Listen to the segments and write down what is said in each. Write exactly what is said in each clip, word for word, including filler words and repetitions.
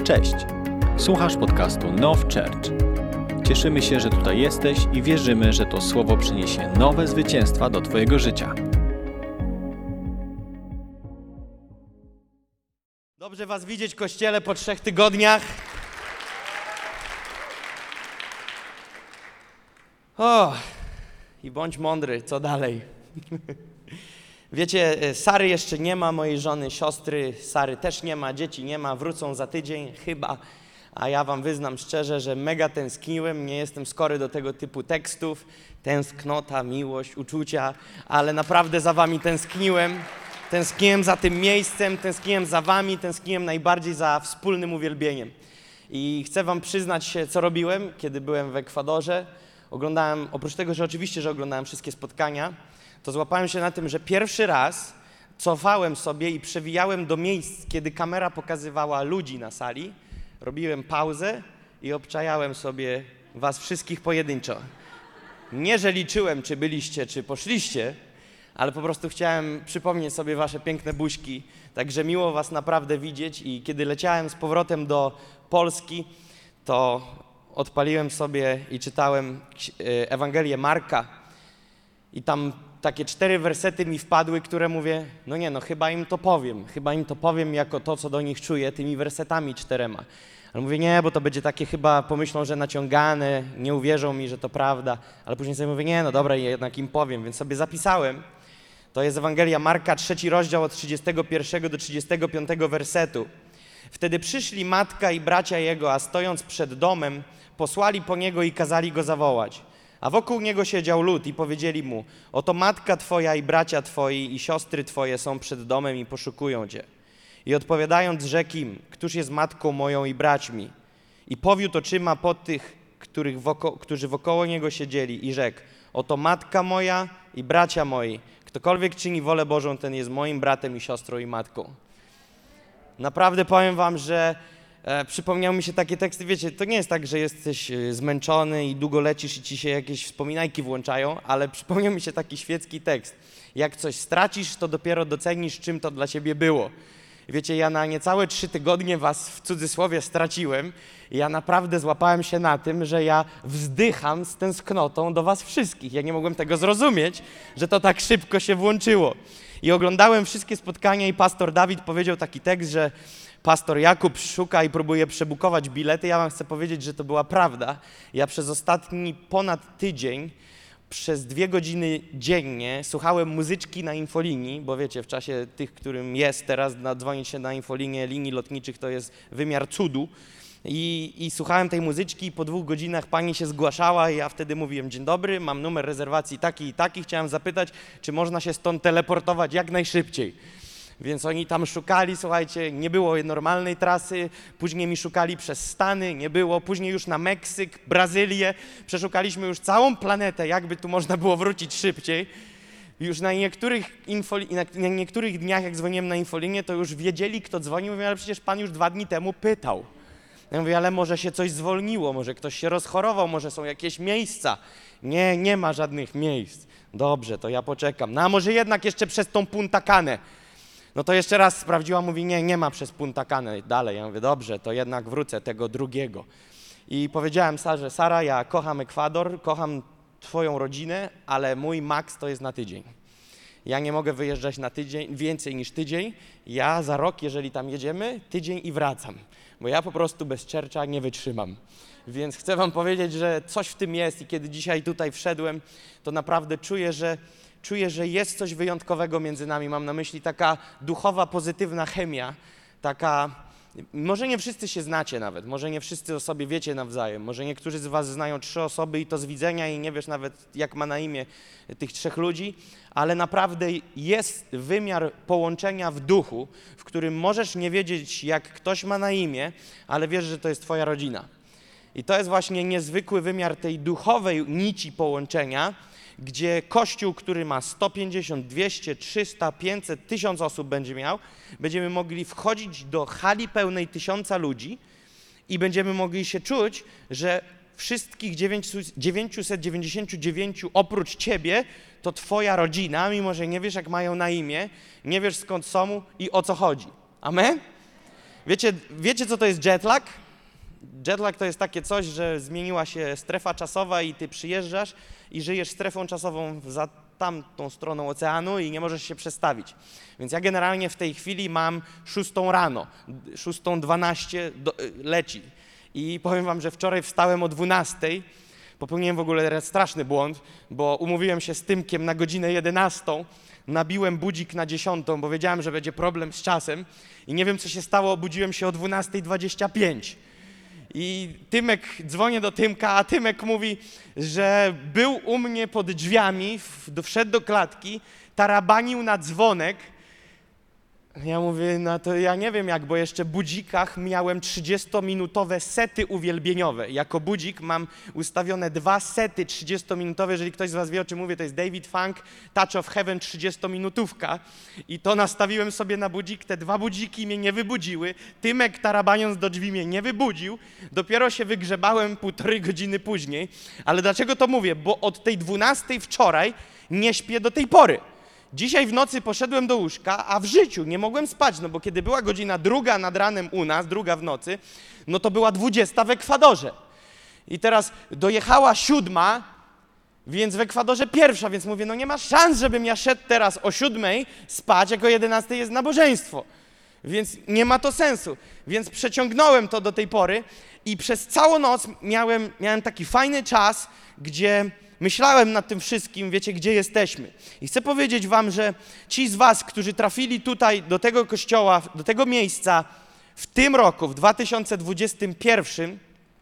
Cześć! Słuchasz podcastu Now Church. Cieszymy się, że tutaj jesteś i wierzymy, że to słowo przyniesie nowe zwycięstwa do Twojego życia. Dobrze Was widzieć w kościele po trzech tygodniach. O, i bądź mądry, co dalej? Wiecie, Sary jeszcze nie ma, mojej żony, siostry, Sary też nie ma, dzieci nie ma, wrócą za tydzień chyba, a ja Wam wyznam szczerze, że mega tęskniłem, nie jestem skory do tego typu tekstów, tęsknota, miłość, uczucia, ale naprawdę za Wami tęskniłem, tęskniłem za tym miejscem, tęskniłem za Wami, tęskniłem najbardziej za wspólnym uwielbieniem. I chcę Wam przyznać się, co robiłem, kiedy byłem w Ekwadorze. Oglądałem, oprócz tego, że oczywiście, że oglądałem wszystkie spotkania, to złapałem się na tym, że pierwszy raz cofałem sobie i przewijałem do miejsc, kiedy kamera pokazywała ludzi na sali, robiłem pauzę i obczajałem sobie was wszystkich pojedynczo. Nie, że liczyłem, czy byliście, czy poszliście, ale po prostu chciałem przypomnieć sobie wasze piękne buźki, także miło was naprawdę widzieć i kiedy leciałem z powrotem do Polski, to odpaliłem sobie i czytałem Ewangelię Marka i tam takie cztery wersety mi wpadły, które mówię, no nie, no chyba im to powiem, chyba im to powiem jako to, co do nich czuję, tymi wersetami czterema. Ale mówię, nie, bo to będzie takie chyba, pomyślą, że naciągane, nie uwierzą mi, że to prawda, ale później sobie mówię, nie, no dobra, jednak im powiem, więc sobie zapisałem. To jest Ewangelia Marka, trzeci rozdział od trzydziestego pierwszego do trzydziestego piątego wersetu. Wtedy przyszli matka i bracia jego, a stojąc przed domem, posłali po niego i kazali go zawołać. A wokół niego siedział lud i powiedzieli mu, oto matka twoja i bracia twoi i siostry twoje są przed domem i poszukują cię. I odpowiadając rzekł im, któż jest matką moją i braćmi? I powiódł oczyma po tych, których woko- którzy wokoło niego siedzieli i rzekł, oto matka moja i bracia moi. Ktokolwiek czyni wolę Bożą, ten jest moim bratem i siostrą i matką. Naprawdę powiem wam, że E, przypomniały mi się takie teksty, wiecie, to nie jest tak, że jesteś zmęczony i długo lecisz i ci się jakieś wspominajki włączają, ale przypomniał mi się taki świecki tekst. Jak coś stracisz, to dopiero docenisz, czym to dla ciebie było. Wiecie, ja na niecałe trzy tygodnie was w cudzysłowie straciłem i ja naprawdę złapałem się na tym, że ja wzdycham z tęsknotą do was wszystkich. Ja nie mogłem tego zrozumieć, że to tak szybko się włączyło. I oglądałem wszystkie spotkania i pastor Dawid powiedział taki tekst, że pastor Jakub szuka i próbuje przebukować bilety. Ja wam chcę powiedzieć, że to była prawda. Ja przez ostatni ponad tydzień, przez dwie godziny dziennie słuchałem muzyczki na infolinii, bo wiecie, w czasie tych, którym jest teraz, nadzwonić się na infolinię linii lotniczych to jest wymiar cudu. I, I słuchałem tej muzyczki i po dwóch godzinach pani się zgłaszała i ja wtedy mówiłem, dzień dobry, mam numer rezerwacji taki i taki, chciałem zapytać, czy można się stąd teleportować jak najszybciej. Więc oni tam szukali, słuchajcie, nie było normalnej trasy, później mi szukali przez Stany, nie było, później już na Meksyk, Brazylię, przeszukaliśmy już całą planetę, jakby tu można było wrócić szybciej. Już na niektórych, infoli- na niektórych dniach, jak dzwoniłem na infolinię, to już wiedzieli, kto dzwonił, mówię, ale przecież pan już dwa dni temu pytał. Ja mówię, ale może się coś zwolniło, może ktoś się rozchorował, może są jakieś miejsca. Nie, nie ma żadnych miejsc. Dobrze, to ja poczekam. No a może jednak jeszcze przez tą Punta Canę. No to jeszcze raz sprawdziła, mówi, nie, nie ma przez Punta Canę dalej. Ja mówię, dobrze, to jednak wrócę tego drugiego. I powiedziałem Sarze, Sara, ja kocham Ekwador, kocham twoją rodzinę, ale mój maks to jest na tydzień. Ja nie mogę wyjeżdżać na tydzień, więcej niż tydzień. Ja za rok, jeżeli tam jedziemy, tydzień i wracam. Bo ja po prostu bez Churcha nie wytrzymam. Więc chcę wam powiedzieć, że coś w tym jest i kiedy dzisiaj tutaj wszedłem, to naprawdę czuję, że Czuję, że jest coś wyjątkowego między nami. Mam na myśli taka duchowa, pozytywna chemia, taka, może nie wszyscy się znacie nawet, może nie wszyscy o sobie wiecie nawzajem, może niektórzy z was znają trzy osoby i to z widzenia i nie wiesz nawet, jak ma na imię tych trzech ludzi, ale naprawdę jest wymiar połączenia w duchu, w którym możesz nie wiedzieć, jak ktoś ma na imię, ale wiesz, że to jest twoja rodzina. I to jest właśnie niezwykły wymiar tej duchowej nici połączenia, gdzie Kościół, który ma sto pięćdziesiąt, dwieście, trzysta, pięćset, tysiąc osób będzie miał, będziemy mogli wchodzić do hali pełnej tysiąca ludzi i będziemy mogli się czuć, że wszystkich dziewięćset dziewięćdziesiąt dziewięć oprócz ciebie to twoja rodzina, mimo że nie wiesz, jak mają na imię, nie wiesz, skąd są i o co chodzi. Amen? Wiecie, wiecie, co to jest jetlag? Jetlag to jest takie coś, że zmieniła się strefa czasowa i ty przyjeżdżasz i żyjesz strefą czasową za tamtą stroną oceanu i nie możesz się przestawić. Więc ja generalnie w tej chwili mam szóstą rano, szóstą dwanaście do, leci. I powiem wam, że wczoraj wstałem o dwunastej, popełniłem w ogóle straszny błąd, bo umówiłem się z Tymkiem na godzinę jedenastą, nabiłem budzik na dziesiątą, bo wiedziałem, że będzie problem z czasem i nie wiem, co się stało, obudziłem się o dwunasta dwadzieścia pięć. I Tymek, dzwonię do Tymka, a Tymek mówi, że był u mnie pod drzwiami, wszedł do klatki, tarabanił na dzwonek. Ja mówię, no to ja nie wiem jak, bo jeszcze w budzikach miałem trzydziestominutowe sety uwielbieniowe. Jako budzik mam ustawione dwa sety trzydziestominutowe, jeżeli ktoś z was wie, o czym mówię, to jest David Funk, Touch of Heaven trzydziestominutówka. I to nastawiłem sobie na budzik, te dwa budziki mnie nie wybudziły, Tymek tarabaniąc do drzwi mnie nie wybudził, dopiero się wygrzebałem półtorej godziny później. Ale dlaczego to mówię? Bo od tej dwunastej wczoraj nie śpię do tej pory. Dzisiaj w nocy poszedłem do łóżka, a w życiu nie mogłem spać, no bo kiedy była godzina druga nad ranem u nas, druga w nocy, no to była dwudziesta w Ekwadorze. I teraz dojechała siódma, więc w Ekwadorze pierwsza, więc mówię, no nie ma szans, żebym ja szedł teraz o siódmej spać, jak o jedenastej jest nabożeństwo. Więc nie ma to sensu. Więc przeciągnąłem to do tej pory i przez całą noc miałem, miałem taki fajny czas, gdzie myślałem nad tym wszystkim, wiecie, gdzie jesteśmy. I chcę powiedzieć wam, że ci z was, którzy trafili tutaj do tego kościoła, do tego miejsca w tym roku, w dwa tysiące dwudziestym pierwszym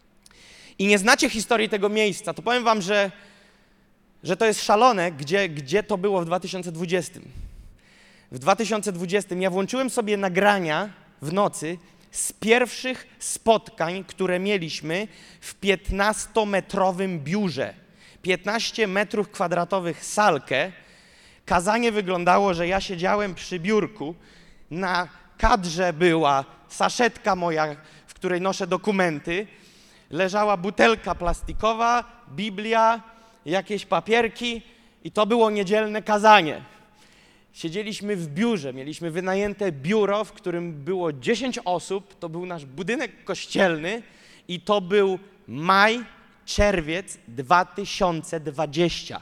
i nie znacie historii tego miejsca, to powiem wam, że, że to jest szalone, gdzie, gdzie to było w dwa tysiące dwudziestym. W dwa tysiące dwudziestym ja włączyłem sobie nagrania w nocy z pierwszych spotkań, które mieliśmy w piętnastometrowym biurze. piętnaście metrów kwadratowych salkę. Kazanie wyglądało, że ja siedziałem przy biurku, na kadrze była saszetka moja, w której noszę dokumenty, leżała butelka plastikowa, Biblia, jakieś papierki i to było niedzielne kazanie. Siedzieliśmy w biurze, mieliśmy wynajęte biuro, w którym było dziesięć osób, to był nasz budynek kościelny i to był maj, czerwiec dwa tysiące dwudziesty.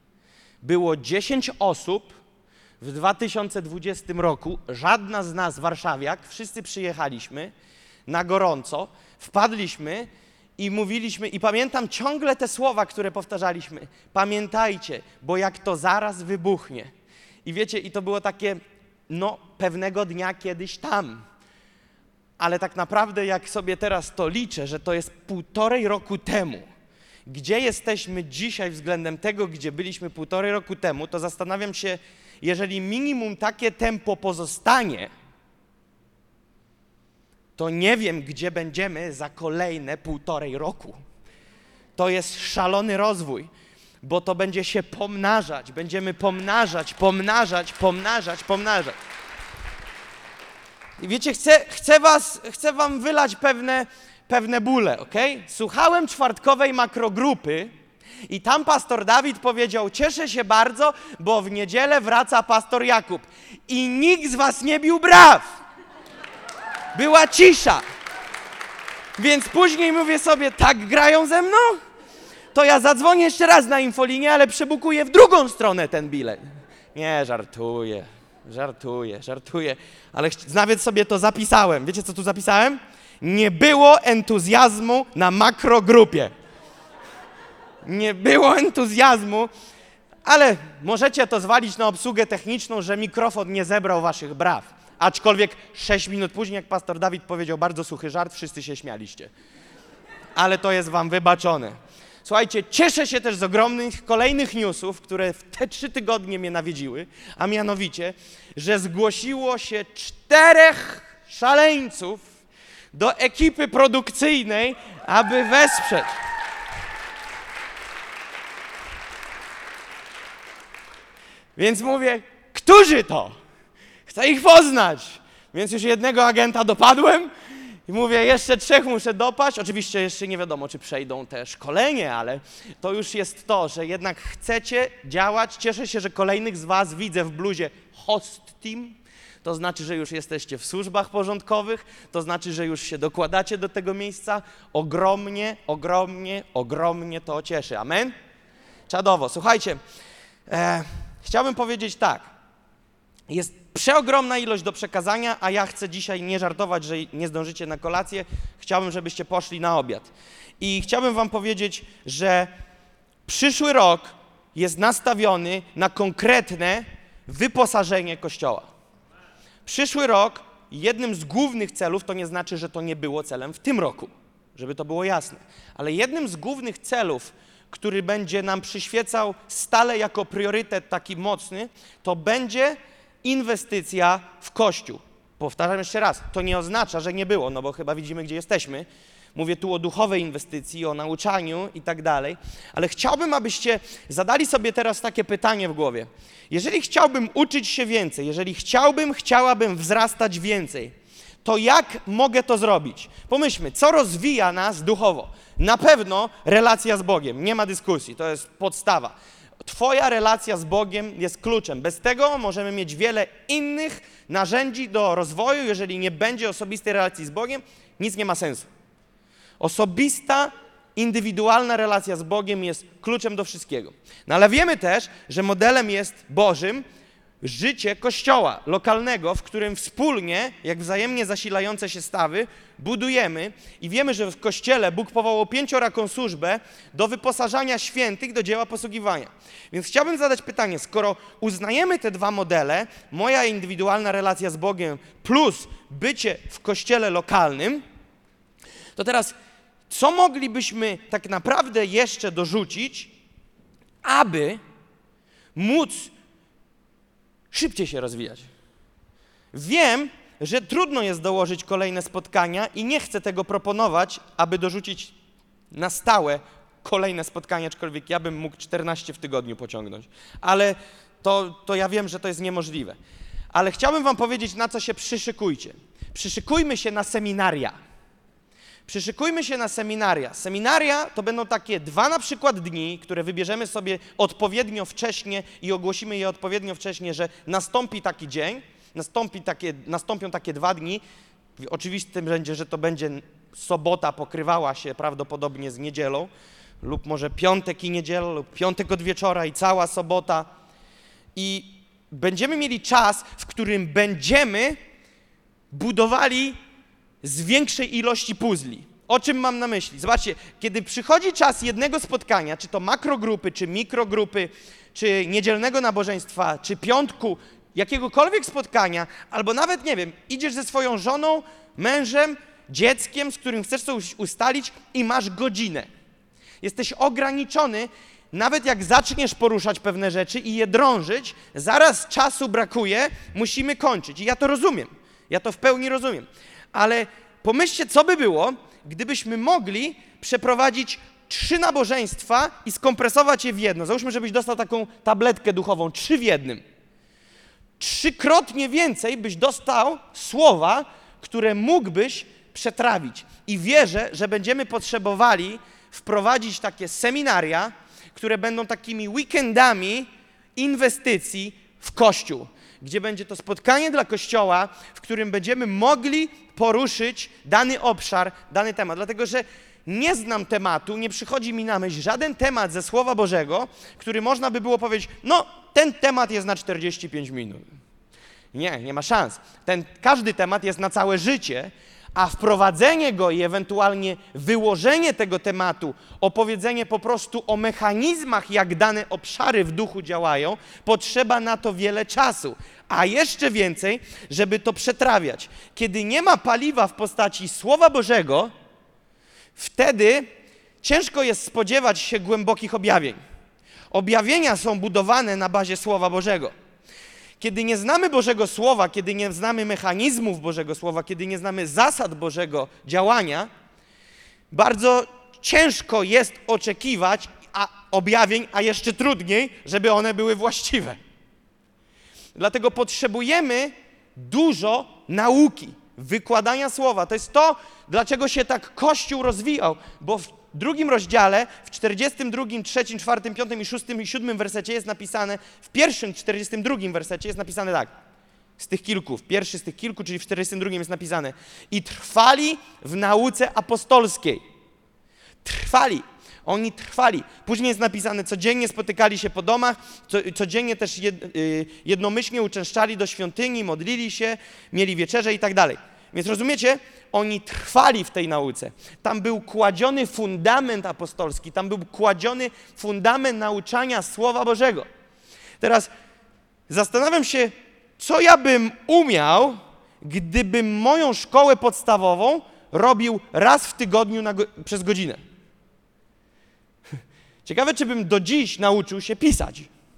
Było dziesięć osób w dwa tysiące dwudziestym roku, żadna z nas warszawiak, wszyscy przyjechaliśmy na gorąco, wpadliśmy i mówiliśmy, i pamiętam ciągle te słowa, które powtarzaliśmy. Pamiętajcie, bo jak to zaraz wybuchnie. I wiecie, i to było takie, no pewnego dnia kiedyś tam. Ale tak naprawdę jak sobie teraz to liczę, że to jest półtorej roku temu, gdzie jesteśmy dzisiaj względem tego, gdzie byliśmy półtorej roku temu, to zastanawiam się, jeżeli minimum takie tempo pozostanie, to nie wiem, gdzie będziemy za kolejne półtorej roku. To jest szalony rozwój, bo to będzie się pomnażać, będziemy pomnażać, pomnażać, pomnażać, pomnażać. I wiecie, chcę, chcę, was, chcę wam wylać pewne, pewne bóle, ok? Słuchałem czwartkowej makrogrupy i tam pastor Dawid powiedział, cieszę się bardzo, bo w niedzielę wraca pastor Jakub. I nikt z was nie bił braw. Była cisza. Więc później mówię sobie, tak grają ze mną? To ja zadzwonię jeszcze raz na infolinię, ale przebukuję w drugą stronę ten bilet. Nie, żartuję, żartuję, żartuję, ale nawet sobie to zapisałem. Wiecie, co tu zapisałem? Nie było entuzjazmu na makrogrupie. Nie było entuzjazmu, ale możecie to zwalić na obsługę techniczną, że mikrofon nie zebrał waszych braw. Aczkolwiek sześć minut później, jak pastor Dawid powiedział bardzo suchy żart, wszyscy się śmialiście. Ale to jest wam wybaczone. Słuchajcie, cieszę się też z ogromnych kolejnych newsów, które w te trzy tygodnie mnie nawiedziły, a mianowicie, że zgłosiło się czterech szaleńców do ekipy produkcyjnej, aby wesprzeć. Więc mówię, którzy to? Chcę ich poznać. Więc już jednego agenta dopadłem i mówię, jeszcze trzech muszę dopaść. Oczywiście jeszcze nie wiadomo, czy przejdą te szkolenie, ale to już jest to, że jednak chcecie działać. Cieszę się, że kolejnych z was widzę w bluzie Host Team. to znaczy, że już jesteście w służbach porządkowych, to znaczy, że już się dokładacie do tego miejsca. Ogromnie, ogromnie, ogromnie to cieszy. Amen? Czadowo. Słuchajcie, e, chciałbym powiedzieć tak. Jest przeogromna ilość do przekazania, a ja chcę dzisiaj nie żartować, że nie zdążycie na kolację. Chciałbym, żebyście poszli na obiad. I chciałbym wam powiedzieć, że przyszły rok jest nastawiony na konkretne wyposażenie Kościoła. Przyszły rok, jednym z głównych celów, to nie znaczy, że to nie było celem w tym roku, żeby to było jasne, ale jednym z głównych celów, który będzie nam przyświecał stale jako priorytet taki mocny, to będzie inwestycja w Kościół. Powtarzam jeszcze raz, to nie oznacza, że nie było, no bo chyba widzimy, gdzie jesteśmy. Mówię tu o duchowej inwestycji, o nauczaniu i tak dalej, ale chciałbym, abyście zadali sobie teraz takie pytanie w głowie. Jeżeli chciałbym uczyć się więcej, jeżeli chciałbym, chciałabym wzrastać więcej, to jak mogę to zrobić? Pomyślmy, co rozwija nas duchowo? Na pewno relacja z Bogiem, nie ma dyskusji, to jest podstawa. Twoja relacja z Bogiem jest kluczem. Bez tego możemy mieć wiele innych narzędzi do rozwoju. Jeżeli nie będzie osobistej relacji z Bogiem, nic nie ma sensu. Osobista, indywidualna relacja z Bogiem jest kluczem do wszystkiego. No ale wiemy też, że modelem jest Bożym życie Kościoła lokalnego, w którym wspólnie, jak wzajemnie zasilające się stawy, budujemy i wiemy, że w Kościele Bóg powołał pięcioraką służbę do wyposażania świętych do dzieła posługiwania. Więc chciałbym zadać pytanie, skoro uznajemy te dwa modele, moja indywidualna relacja z Bogiem plus bycie w Kościele lokalnym, to teraz co moglibyśmy tak naprawdę jeszcze dorzucić, aby móc szybciej się rozwijać? Wiem, że trudno jest dołożyć kolejne spotkania i nie chcę tego proponować, aby dorzucić na stałe kolejne spotkania, aczkolwiek ja bym mógł czternaście w tygodniu pociągnąć. Ale to, to ja wiem, że to jest niemożliwe. Ale chciałbym wam powiedzieć, na co się przyszykujcie. Przyszykujmy się na seminaria. Przyszykujmy się na seminaria. Seminaria to będą takie dwa na przykład dni, które wybierzemy sobie odpowiednio wcześnie i ogłosimy je odpowiednio wcześnie, że nastąpi taki dzień, nastąpi takie, nastąpią takie dwa dni. Oczywistym będzie, że to będzie sobota pokrywała się prawdopodobnie z niedzielą lub może piątek i niedziela lub piątek od wieczora i cała sobota. I będziemy mieli czas, w którym będziemy budowali z większej ilości puzli. O czym mam na myśli? Zobaczcie, kiedy przychodzi czas jednego spotkania, czy to makrogrupy, czy mikrogrupy, czy niedzielnego nabożeństwa, czy piątku, jakiegokolwiek spotkania, albo nawet, nie wiem, idziesz ze swoją żoną, mężem, dzieckiem, z którym chcesz coś ustalić i masz godzinę. Jesteś ograniczony, nawet jak zaczniesz poruszać pewne rzeczy i je drążyć, zaraz czasu brakuje, musimy kończyć. I ja to rozumiem, ja to w pełni rozumiem. Ale pomyślcie, co by było, gdybyśmy mogli przeprowadzić trzy nabożeństwa i skompresować je w jedno. Załóżmy, żebyś dostał taką tabletkę duchową, trzy w jednym. Trzykrotnie więcej byś dostał słowa, które mógłbyś przetrawić. I wierzę, że będziemy potrzebowali wprowadzić takie seminaria, które będą takimi weekendami inwestycji w Kościół, gdzie będzie to spotkanie dla Kościoła, w którym będziemy mogli poruszyć dany obszar, dany temat. Dlatego, że nie znam tematu, nie przychodzi mi na myśl żaden temat ze Słowa Bożego, który można by było powiedzieć, no ten temat jest na czterdzieści pięć minut. Nie, nie ma szans. Ten, każdy temat jest na całe życie, a wprowadzenie go i ewentualnie wyłożenie tego tematu, opowiedzenie po prostu o mechanizmach, jak dane obszary w duchu działają, potrzeba na to wiele czasu. A jeszcze więcej, żeby to przetrawiać. Kiedy nie ma paliwa w postaci Słowa Bożego, wtedy ciężko jest spodziewać się głębokich objawień. Objawienia są budowane na bazie Słowa Bożego. Kiedy nie znamy Bożego Słowa, kiedy nie znamy mechanizmów Bożego Słowa, kiedy nie znamy zasad Bożego działania, bardzo ciężko jest oczekiwać a objawień, a jeszcze trudniej, żeby one były właściwe. Dlatego potrzebujemy dużo nauki, wykładania Słowa. To jest to, dlaczego się tak Kościół rozwijał, bo w drugim rozdziale, w czterdziestym drugim, trzecim, czwartym, piątym i szóstym i siódmym wersecie jest napisane, w pierwszym czterdziestym drugim wersecie jest napisane tak. z tych kilku, pierwszy z tych kilku, czyli w czterdziestym drugim jest napisane i trwali w nauce apostolskiej. Trwali. Oni trwali. Później jest napisane, codziennie spotykali się po domach, co, codziennie też jed, y, jednomyślnie uczęszczali do świątyni, modlili się, mieli wieczerze i tak dalej. Więc rozumiecie, oni trwali w tej nauce. Tam był kładziony fundament apostolski, tam był kładziony fundament nauczania Słowa Bożego. Teraz zastanawiam się, co ja bym umiał, gdybym moją szkołę podstawową robił raz w tygodniu na go, przez godzinę. Ciekawe, czy bym do dziś nauczył się pisać,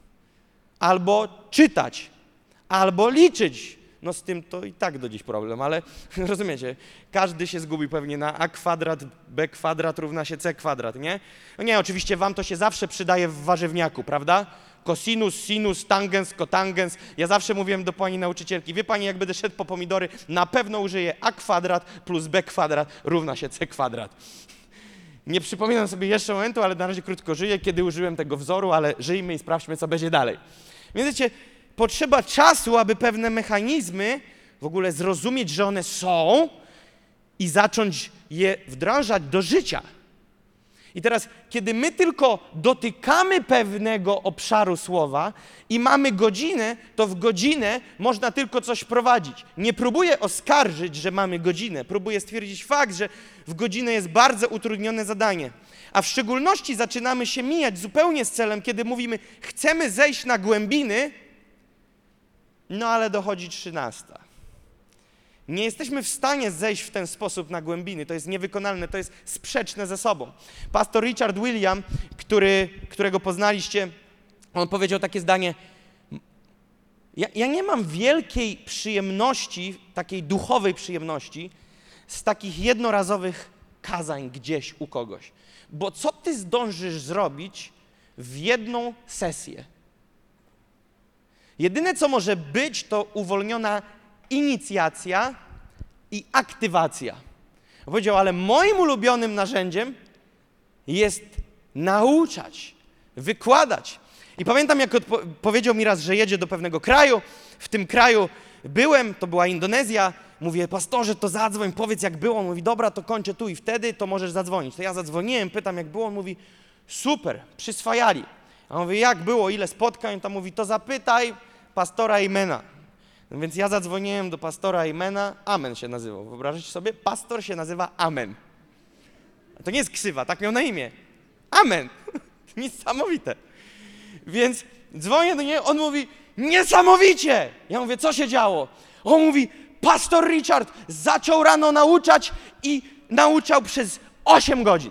albo czytać, albo liczyć. No z tym to i tak do dziś problem, ale rozumiecie, każdy się zgubi pewnie na a kwadrat, b kwadrat równa się c kwadrat, nie? No nie, oczywiście wam to się zawsze przydaje w warzywniaku, prawda? Kosinus, sinus, tangens, kotangens. Ja zawsze mówiłem do pani nauczycielki, wie pani, jak będę szedł po pomidory, na pewno użyję a kwadrat plus b kwadrat równa się c kwadrat. Nie przypominam sobie jeszcze momentu, ale na razie krótko żyję, kiedy użyłem tego wzoru, ale żyjmy i sprawdźmy, co będzie dalej. Więc wiecie, potrzeba czasu, aby pewne mechanizmy w ogóle zrozumieć, że one są i zacząć je wdrażać do życia. I teraz, kiedy my tylko dotykamy pewnego obszaru słowa i mamy godzinę, to w godzinę można tylko coś prowadzić. Nie próbuję oskarżyć, że mamy godzinę, próbuję stwierdzić fakt, że w godzinę jest bardzo utrudnione zadanie. A w szczególności zaczynamy się mijać zupełnie z celem, kiedy mówimy, chcemy zejść na głębiny, no ale dochodzi trzynasta. Nie jesteśmy w stanie zejść w ten sposób na głębiny. To jest niewykonalne, to jest sprzeczne ze sobą. Pastor Richard William, który, którego poznaliście, on powiedział takie zdanie: ja, ja nie mam wielkiej przyjemności, takiej duchowej przyjemności z takich jednorazowych kazań gdzieś u kogoś. Bo co ty zdążysz zrobić w jedną sesję? Jedyne, co może być, to uwolniona inicjacja i aktywacja. Powiedział, ale moim ulubionym narzędziem jest nauczać, wykładać. I pamiętam, jak odpo- powiedział mi raz, że jedzie do pewnego kraju. W tym kraju byłem, to była Indonezja. Mówię, pastorze, to zadzwoń, powiedz, jak było. On mówi, dobra, to kończę tu i wtedy, to możesz zadzwonić. To ja zadzwoniłem, pytam, jak było. On mówi, super, przyswajali. A on mówi, jak było, ile spotkań? On tam mówi, to zapytaj pastora Imena. No więc ja zadzwoniłem do pastora Imena, Amen się nazywał. Wyobraźcie sobie, pastor się nazywa Amen. A to nie jest ksywa, tak miał na imię. Amen. Niesamowite. Więc dzwonię do niego, on mówi, niesamowicie! Ja mówię, co się działo? On mówi, pastor Richard zaczął rano nauczać i nauczał przez osiem godzin.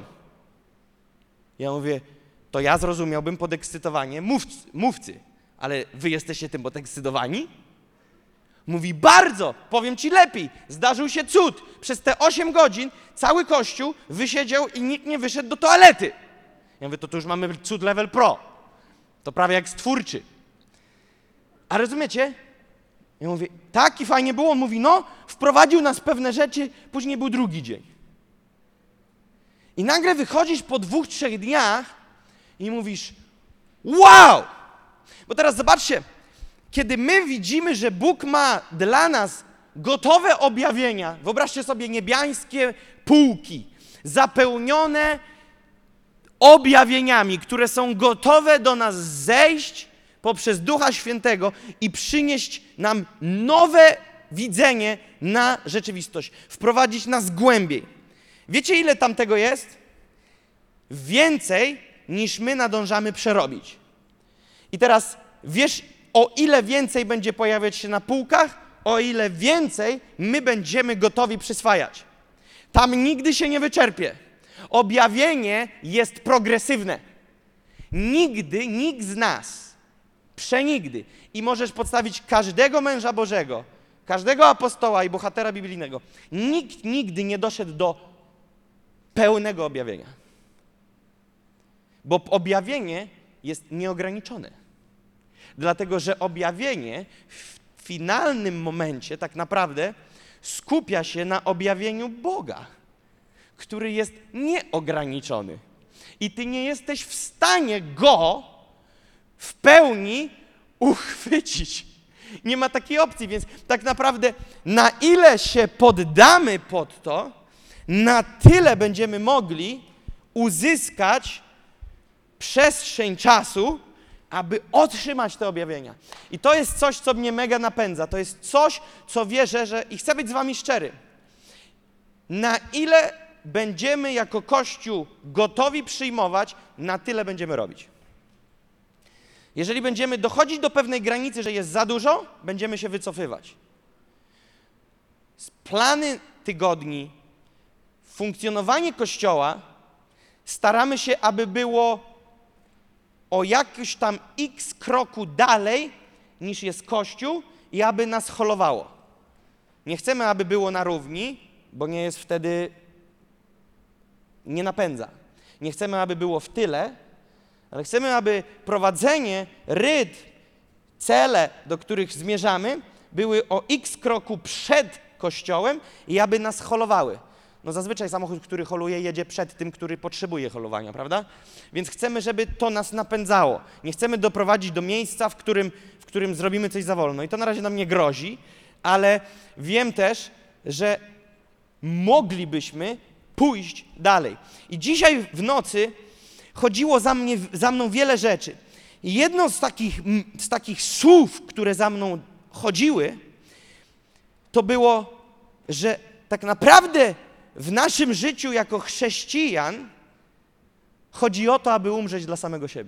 Ja mówię, to ja zrozumiałbym podekscytowanie mówcy, mówcy, ale wy jesteście tym podekscytowani? Mówi, bardzo, powiem ci lepiej, zdarzył się cud. Przez te osiem godzin cały kościół wysiedział i nikt nie wyszedł do toalety. Ja mówię, to, to już mamy cud level pro. To prawie jak stwórczy. A rozumiecie? Ja mówię, tak i fajnie było. On mówi, no, wprowadził nas w pewne rzeczy, później był drugi dzień. I nagle wychodzisz po dwóch, trzech dniach i mówisz, wow! Bo teraz zobaczcie, kiedy my widzimy, że Bóg ma dla nas gotowe objawienia, wyobraźcie sobie niebiańskie półki, zapełnione objawieniami, które są gotowe do nas zejść poprzez Ducha Świętego i przynieść nam nowe widzenie na rzeczywistość, wprowadzić nas głębiej. Wiecie, ile tam tego jest? Więcej, niż my nadążamy przerobić. I teraz wiesz, o ile więcej będzie pojawiać się na półkach, o ile więcej my będziemy gotowi przyswajać. Tam nigdy się nie wyczerpie. Objawienie jest progresywne. Nigdy, nikt z nas, przenigdy, i możesz podstawić każdego męża Bożego, każdego apostoła i bohatera biblijnego, nikt nigdy nie doszedł do pełnego objawienia. Bo objawienie jest nieograniczone. Dlatego, że objawienie w finalnym momencie tak naprawdę skupia się na objawieniu Boga, który jest nieograniczony. I ty nie jesteś w stanie Go w pełni uchwycić. Nie ma takiej opcji, więc tak naprawdę na ile się poddamy pod to, na tyle będziemy mogli uzyskać przestrzeń czasu, aby otrzymać te objawienia. I to jest coś, co mnie mega napędza. To jest coś, co wierzę, że... I chcę być z wami szczery. Na ile będziemy jako Kościół gotowi przyjmować, na tyle będziemy robić. Jeżeli będziemy dochodzić do pewnej granicy, że jest za dużo, będziemy się wycofywać. Z plany tygodni, funkcjonowanie Kościoła staramy się, aby było o jakiś tam x kroku dalej, niż jest Kościół i aby nas holowało. Nie chcemy, aby było na równi, bo nie jest wtedy, nie napędza. Nie chcemy, aby było w tyle, ale chcemy, aby prowadzenie, rytm, cele, do których zmierzamy, były o x kroku przed Kościołem i aby nas holowały. No zazwyczaj samochód, który holuje, jedzie przed tym, który potrzebuje holowania, prawda? Więc chcemy, żeby to nas napędzało. Nie chcemy doprowadzić do miejsca, w którym, w którym zrobimy coś za wolno. I to na razie nam nie grozi, ale wiem też, że moglibyśmy pójść dalej. I dzisiaj w nocy chodziło za, mnie, za mną wiele rzeczy. I jedno z takich, z takich słów, które za mną chodziły, to było, że tak naprawdę w naszym życiu jako chrześcijan chodzi o to, aby umrzeć dla samego siebie.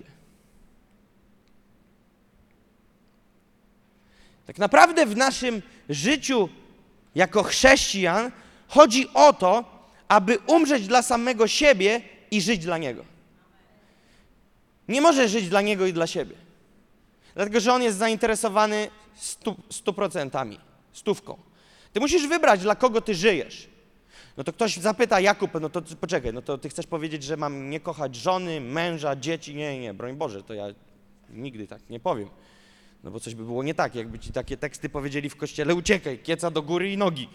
Tak naprawdę w naszym życiu jako chrześcijan chodzi o to, aby umrzeć dla samego siebie i żyć dla Niego. Nie możesz żyć dla Niego i dla siebie. Dlatego, że On jest zainteresowany stu, stu procentami, stówką. Ty musisz wybrać, dla kogo ty żyjesz. No to ktoś zapyta, Jakub, no to poczekaj, no to ty chcesz powiedzieć, że mam nie kochać żony, męża, dzieci? Nie, nie, broń Boże, to ja nigdy tak nie powiem. No bo coś by było nie tak, jakby ci takie teksty powiedzieli w kościele, uciekaj, kieca do góry i nogi.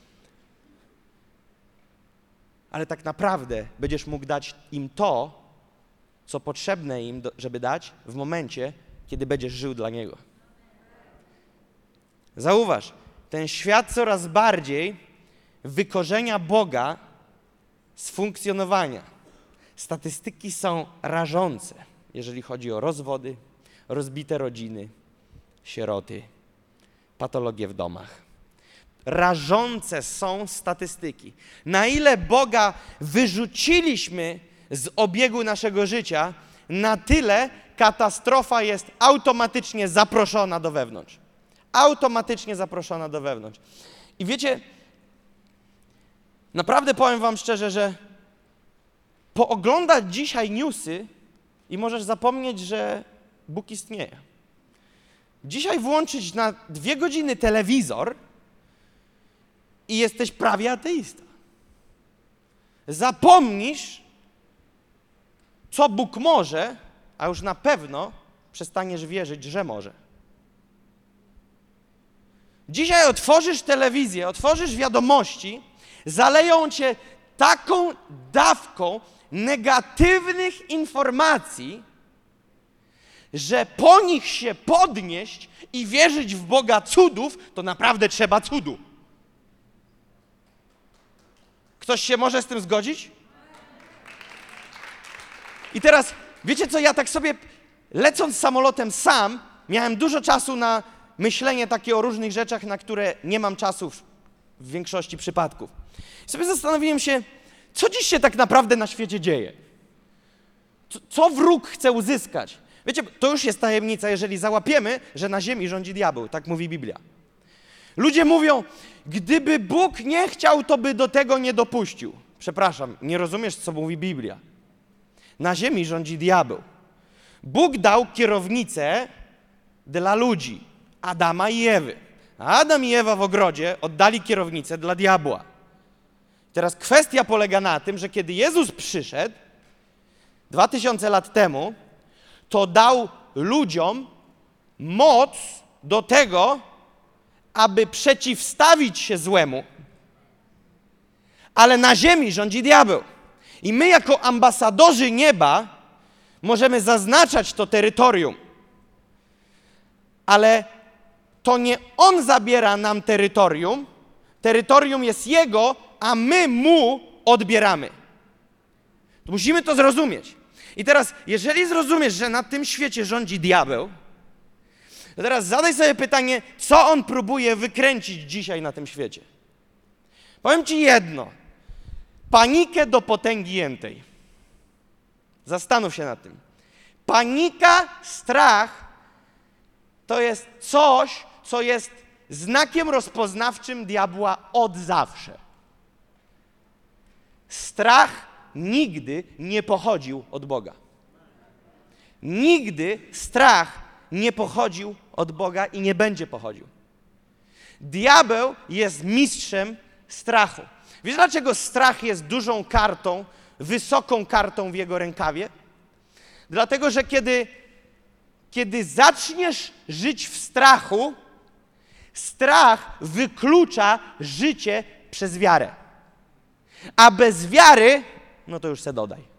Ale tak naprawdę będziesz mógł dać im to, co potrzebne im, żeby dać w momencie, kiedy będziesz żył dla Niego. Zauważ, ten świat coraz bardziej wykorzenia Boga z funkcjonowania. Statystyki są rażące, jeżeli chodzi o rozwody, rozbite rodziny, sieroty, patologie w domach. Rażące są statystyki. Na ile Boga wyrzuciliśmy z obiegu naszego życia, na tyle katastrofa jest automatycznie zaproszona do wewnątrz. Automatycznie zaproszona do wewnątrz. I wiecie, naprawdę powiem wam szczerze, że pooglądać dzisiaj newsy i możesz zapomnieć, że Bóg istnieje. Dzisiaj włączyć na dwie godziny telewizor i jesteś prawie ateista. Zapomnisz, co Bóg może, a już na pewno przestaniesz wierzyć, że może. Dzisiaj otworzysz telewizję, otworzysz wiadomości, zaleją cię taką dawką negatywnych informacji, że po nich się podnieść i wierzyć w Boga cudów, to naprawdę trzeba cudu. Ktoś się może z tym zgodzić? I teraz, wiecie co, ja tak sobie lecąc samolotem sam, miałem dużo czasu na myślenie takie o różnych rzeczach, na które nie mam czasu w, w większości przypadków. I sobie zastanowiłem się, co dziś się tak naprawdę na świecie dzieje? Co, co wróg chce uzyskać? Wiecie, to już jest tajemnica, jeżeli załapiemy, że na ziemi rządzi diabeł, tak mówi Biblia. Ludzie mówią, gdyby Bóg nie chciał, to by do tego nie dopuścił. Przepraszam, nie rozumiesz, co mówi Biblia. Na ziemi rządzi diabeł. Bóg dał kierownicę dla ludzi, Adama i Ewy. A Adam i Ewa w ogrodzie oddali kierownicę dla diabła. Teraz kwestia polega na tym, że kiedy Jezus przyszedł dwa tysiące lat temu, to dał ludziom moc do tego, aby przeciwstawić się złemu, ale na ziemi rządzi diabeł. I my jako ambasadorzy nieba możemy zaznaczać to terytorium, ale to nie on zabiera nam terytorium, terytorium jest jego, a my mu odbieramy. Musimy to zrozumieć. I teraz, jeżeli zrozumiesz, że na tym świecie rządzi diabeł, to teraz zadaj sobie pytanie, co on próbuje wykręcić dzisiaj na tym świecie. Powiem ci jedno. Panikę do potęgi jętej. Zastanów się nad tym. Panika, strach to jest coś, co jest znakiem rozpoznawczym diabła od zawsze. Strach nigdy nie pochodził od Boga. Nigdy strach nie pochodził od Boga i nie będzie pochodził. Diabeł jest mistrzem strachu. Wiesz, dlaczego strach jest dużą kartą, wysoką kartą w jego rękawie? Dlatego, że kiedy, kiedy zaczniesz żyć w strachu, strach wyklucza życie przez wiarę. A bez wiary, no to już se dodaj.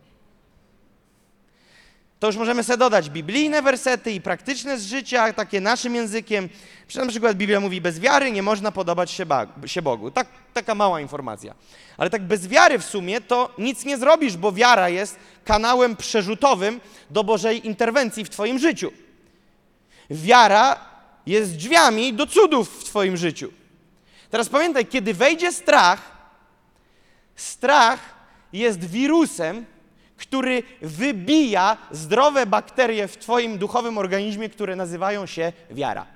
To już możemy sobie dodać biblijne wersety i praktyczne z życia, takie naszym językiem. Na przykład Biblia mówi, bez wiary nie można podobać się, się Bogu. Tak, taka mała informacja. Ale tak bez wiary w sumie to nic nie zrobisz, bo wiara jest kanałem przerzutowym do Bożej interwencji w twoim życiu. Wiara jest drzwiami do cudów w twoim życiu. Teraz pamiętaj, kiedy wejdzie strach, strach jest wirusem, który wybija zdrowe bakterie w twoim duchowym organizmie, które nazywają się wiara.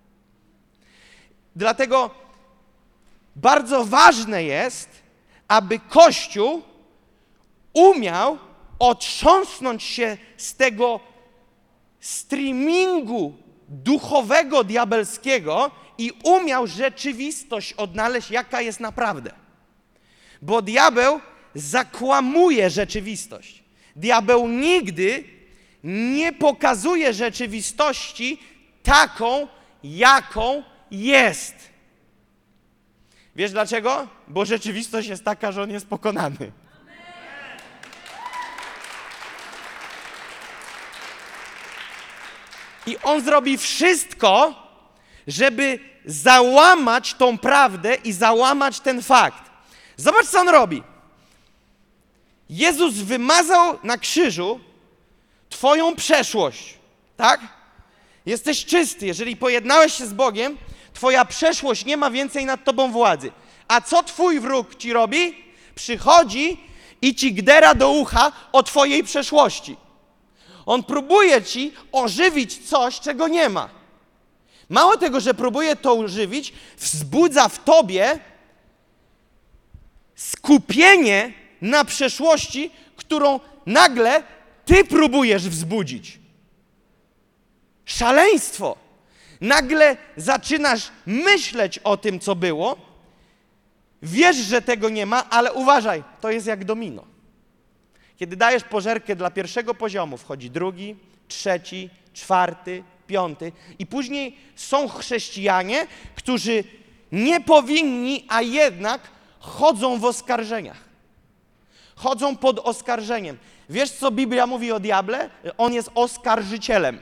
Dlatego bardzo ważne jest, aby Kościół umiał otrząsnąć się z tego streamingu duchowego, diabelskiego i umiał rzeczywistość odnaleźć, jaka jest naprawdę. Bo diabeł zakłamuje rzeczywistość. Diabeł nigdy nie pokazuje rzeczywistości taką, jaką jest. Wiesz dlaczego? Bo rzeczywistość jest taka, że on jest pokonany. I on zrobi wszystko, żeby załamać tą prawdę i załamać ten fakt. Zobacz, co on robi. Jezus wymazał na krzyżu twoją przeszłość, tak? Jesteś czysty. Jeżeli pojednałeś się z Bogiem, twoja przeszłość nie ma więcej nad tobą władzy. A co twój wróg ci robi? Przychodzi i ci gdera do ucha o twojej przeszłości. On próbuje ci ożywić coś, czego nie ma. Mało tego, że próbuje to ożywić, wzbudza w tobie skupienie na przeszłości, którą nagle ty próbujesz wzbudzić. Szaleństwo. Nagle zaczynasz myśleć o tym, co było, wiesz, że tego nie ma, ale uważaj, to jest jak domino. Kiedy dajesz pożerkę dla pierwszego poziomu, wchodzi drugi, trzeci, czwarty, piąty i później są chrześcijanie, którzy nie powinni, a jednak chodzą w oskarżeniach. Chodzą pod oskarżeniem. Wiesz, co Biblia mówi o diable? On jest oskarżycielem.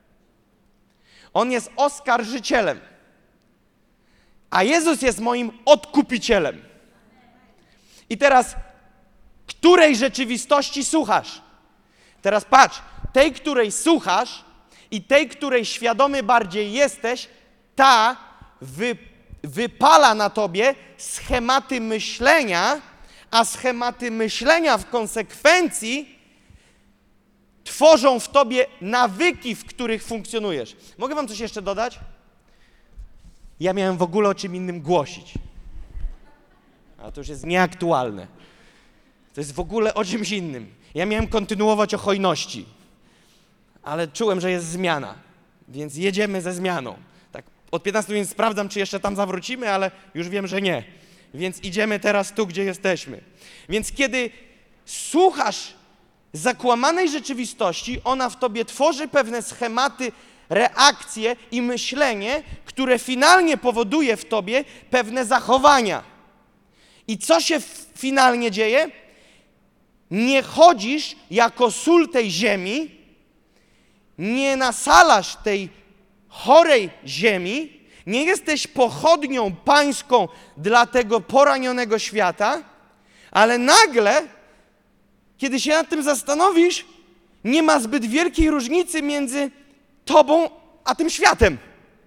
On jest oskarżycielem. A Jezus jest moim odkupicielem. I teraz, której rzeczywistości słuchasz? Teraz patrz, tej, której słuchasz i tej, której świadomy bardziej jesteś, ta wy, wypala na tobie schematy myślenia, a schematy myślenia w konsekwencji tworzą w tobie nawyki, w których funkcjonujesz. Mogę wam coś jeszcze dodać? Ja miałem w ogóle o czym innym głosić. A to już jest nieaktualne. To jest w ogóle o czymś innym. Ja miałem kontynuować o hojności, ale czułem, że jest zmiana, więc jedziemy ze zmianą. Tak od piętnastu minut sprawdzam, czy jeszcze tam zawrócimy, ale już wiem, że nie. Więc idziemy teraz tu, gdzie jesteśmy. Więc kiedy słuchasz zakłamanej rzeczywistości, ona w tobie tworzy pewne schematy, reakcje i myślenie, które finalnie powoduje w tobie pewne zachowania. I co się finalnie dzieje? Nie chodzisz jako sól tej ziemi, nie nasalasz tej chorej ziemi, Nie jesteś pochodnią pańską dla tego poranionego świata, ale nagle, kiedy się nad tym zastanowisz, nie ma zbyt wielkiej różnicy między tobą a tym światem.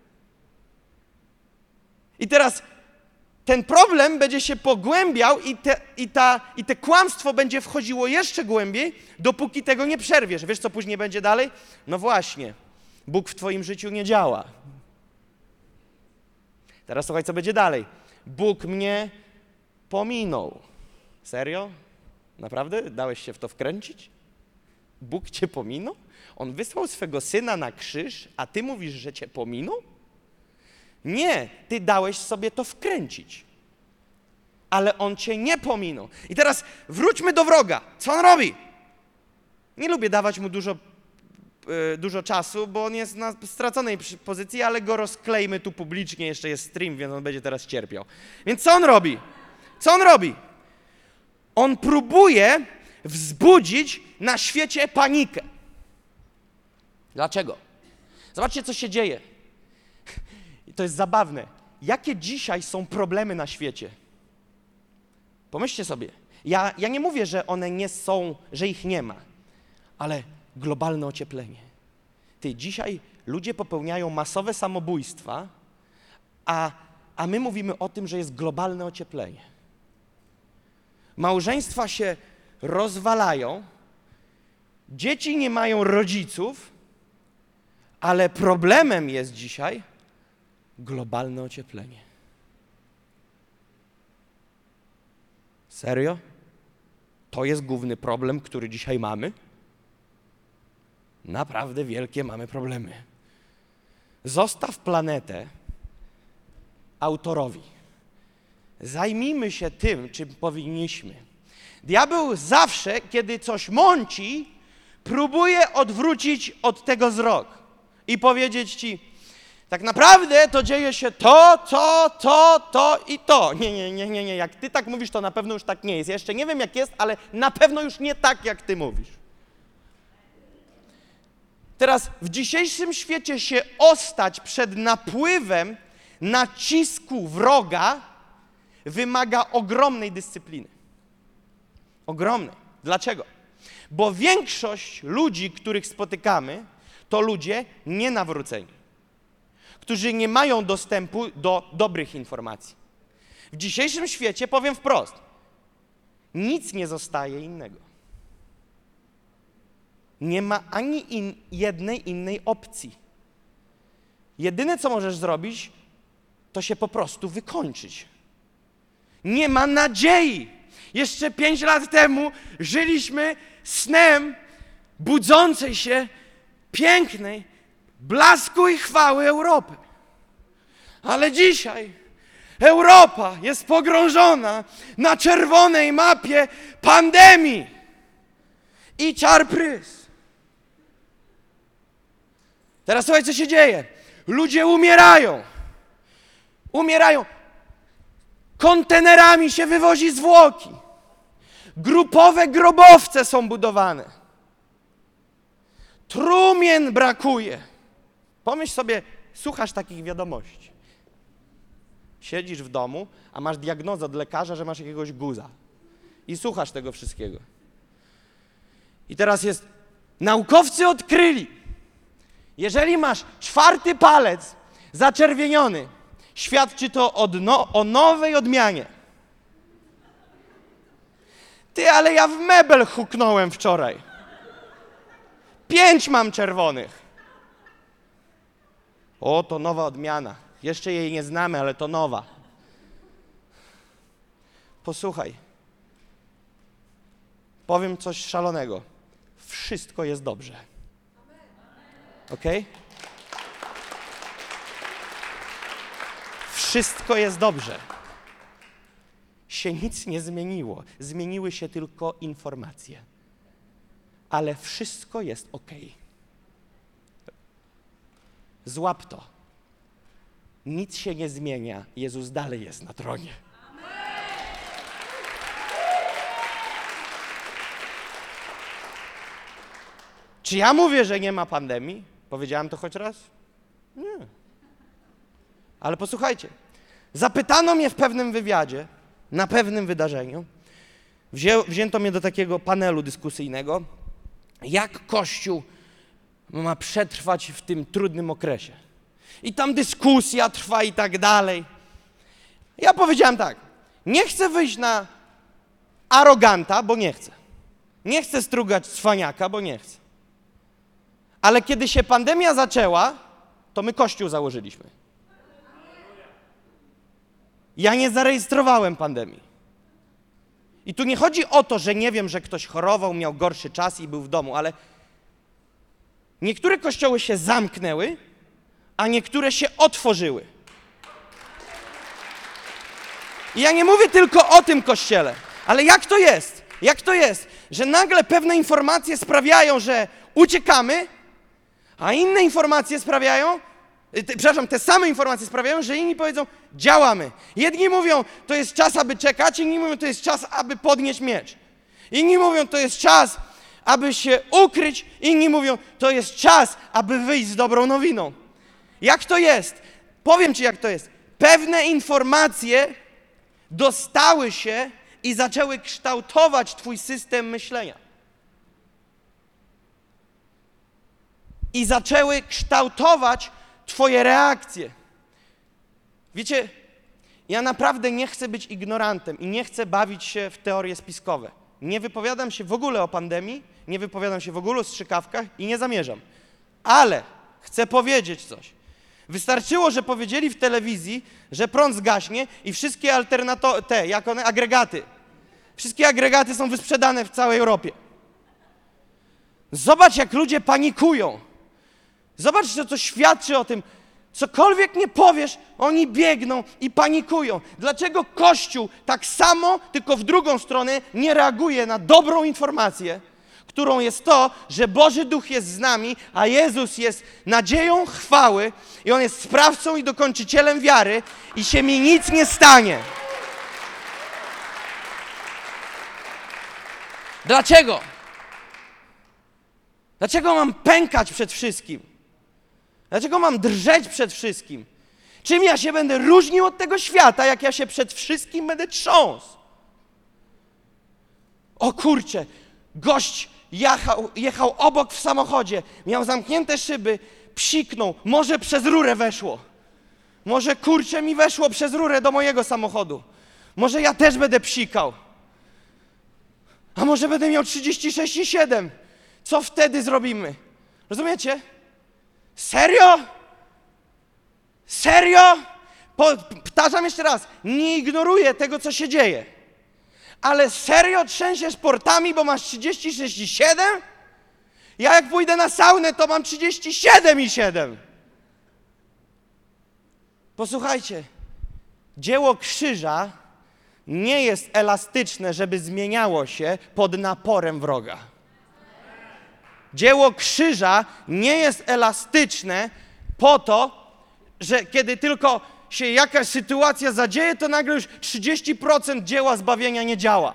I teraz ten problem będzie się pogłębiał i te, i, ta, i te kłamstwo będzie wchodziło jeszcze głębiej, dopóki tego nie przerwiesz. Wiesz, co później będzie dalej? No właśnie, Bóg w twoim życiu nie działa. Teraz słuchaj, co będzie dalej. Bóg mnie pominął. Serio? Naprawdę? Dałeś się w to wkręcić? Bóg cię pominął? On wysłał swego Syna na krzyż, a ty mówisz, że cię pominął? Nie, ty dałeś sobie to wkręcić. Ale on cię nie pominął. I teraz wróćmy do wroga. Co on robi? Nie lubię dawać mu dużo, yy, dużo czasu, bo on jest na straconej pozycji, ale go rozklejmy tu publicznie. Jeszcze jest stream, więc on będzie teraz cierpiał. Więc co on robi? Co on robi? On próbuje wzbudzić na świecie panikę. Dlaczego? Zobaczcie, co się dzieje. I to jest zabawne. Jakie dzisiaj są problemy na świecie? Pomyślcie sobie. Ja, ja nie mówię, że one nie są, że ich nie ma, ale globalne ocieplenie. Ty, dzisiaj ludzie popełniają masowe samobójstwa, a, a my mówimy o tym, że jest globalne ocieplenie. Małżeństwa się rozwalają, dzieci nie mają rodziców, ale problemem jest dzisiaj globalne ocieplenie. Serio? To jest główny problem, który dzisiaj mamy? Naprawdę wielkie mamy problemy. Zostaw planetę autorowi. Zajmijmy się tym, czym powinniśmy. Diabeł zawsze, kiedy coś mąci, próbuje odwrócić od tego wzrok i powiedzieć ci, tak naprawdę to dzieje się to, to, to, to i to. Nie, nie, nie, nie, nie. Jak ty tak mówisz, to na pewno już tak nie jest. Ja jeszcze nie wiem, jak jest, ale na pewno już nie tak, jak ty mówisz. Teraz w dzisiejszym świecie się ostać przed napływem nacisku wroga wymaga ogromnej dyscypliny. Ogromnej. Dlaczego? Bo większość ludzi, których spotykamy, to ludzie nienawróceni, którzy nie mają dostępu do dobrych informacji. W dzisiejszym świecie, powiem wprost, nic nie zostaje innego. Nie ma ani in, jednej innej opcji. Jedyne, co możesz zrobić, to się po prostu wykończyć. Nie ma nadziei. Jeszcze pięć lat temu żyliśmy snem budzącej się, pięknej, blasku i chwały Europy. Ale dzisiaj Europa jest pogrążona na czerwonej mapie pandemii i ciar prys. Teraz słuchaj, co się dzieje. Ludzie umierają. Umierają. Kontenerami się wywozi zwłoki. Grupowe grobowce są budowane. Trumien brakuje. Pomyśl sobie, słuchasz takich wiadomości. Siedzisz w domu, a masz diagnozę od lekarza, że masz jakiegoś guza. I słuchasz tego wszystkiego. I teraz jest, naukowcy odkryli, jeżeli masz czwarty palec zaczerwieniony, świadczy to od no, o nowej odmianie. Ty, ale ja w mebel huknąłem wczoraj. Pięć mam czerwonych. O, to nowa odmiana. Jeszcze jej nie znamy, ale to nowa. Posłuchaj. Powiem coś szalonego. Wszystko jest dobrze. Okej? Wszystko jest dobrze. Się nic nie zmieniło. Zmieniły się tylko informacje. Ale wszystko jest okej. Złap to. Nic się nie zmienia. Jezus dalej jest na tronie. Czy ja mówię, że nie ma pandemii? Powiedziałem to choć raz? Nie. Ale posłuchajcie, zapytano mnie w pewnym wywiadzie, na pewnym wydarzeniu, wzię, wzięto mnie do takiego panelu dyskusyjnego, jak Kościół ma przetrwać w tym trudnym okresie. I tam dyskusja trwa i tak dalej. Ja powiedziałem tak, nie chcę wyjść na aroganta, bo nie chcę. Nie chcę strugać cwaniaka, bo nie chcę. Ale kiedy się pandemia zaczęła, to my Kościół założyliśmy. Ja nie zarejestrowałem pandemii. I tu nie chodzi o to, że nie wiem, że ktoś chorował, miał gorszy czas i był w domu, ale niektóre kościoły się zamknęły, a niektóre się otworzyły. I ja nie mówię tylko o tym kościele, ale jak to jest? Jak to jest, że nagle pewne informacje sprawiają, że uciekamy, a inne informacje sprawiają, te, przepraszam, te same informacje sprawiają, że inni powiedzą, działamy. Jedni mówią, to jest czas, aby czekać, inni mówią, to jest czas, aby podnieść miecz. Inni mówią, to jest czas, aby się ukryć, inni mówią, to jest czas, aby wyjść z dobrą nowiną. Jak to jest? Powiem ci, jak to jest. Pewne informacje dostały się i zaczęły kształtować twój system myślenia. I zaczęły kształtować twoje reakcje. Wiecie, ja naprawdę nie chcę być ignorantem i nie chcę bawić się w teorie spiskowe. Nie wypowiadam się w ogóle o pandemii, nie wypowiadam się w ogóle o strzykawkach i nie zamierzam. Ale chcę powiedzieć coś. Wystarczyło, że powiedzieli w telewizji, że prąd zgaśnie i wszystkie alternatory, te, jak one, agregaty, wszystkie agregaty są wysprzedane w całej Europie. Zobacz, jak ludzie panikują. Zobacz, co to świadczy o tym. Cokolwiek nie powiesz, oni biegną i panikują. Dlaczego Kościół tak samo, tylko w drugą stronę, nie reaguje na dobrą informację, którą jest to, że Boży Duch jest z nami, a Jezus jest nadzieją chwały i On jest sprawcą i dokończycielem wiary i się mi nic nie stanie. Dlaczego? Dlaczego mam pękać przed wszystkim? Dlaczego mam drżeć przed wszystkim? Czym ja się będę różnił od tego świata, jak ja się przed wszystkim będę trząsł? O kurczę, gość jechał, jechał obok w samochodzie, miał zamknięte szyby, psiknął, może przez rurę weszło. Może kurczę mi weszło przez rurę do mojego samochodu. Może ja też będę psikał. A może będę miał trzydzieści sześć i siedem. Co wtedy zrobimy? Rozumiecie? Serio? Serio? Powtarzam jeszcze raz, nie ignoruję tego, co się dzieje. Ale serio trzęsiesz portami, bo masz trzydzieści sześć i siedem? Ja jak pójdę na saunę, to mam trzydzieści siedem i siedem. Posłuchajcie, dzieło krzyża nie jest elastyczne, żeby zmieniało się pod naporem wroga. Dzieło krzyża nie jest elastyczne po to, że kiedy tylko się jakaś sytuacja zadzieje, to nagle już trzydzieści procent dzieła zbawienia nie działa.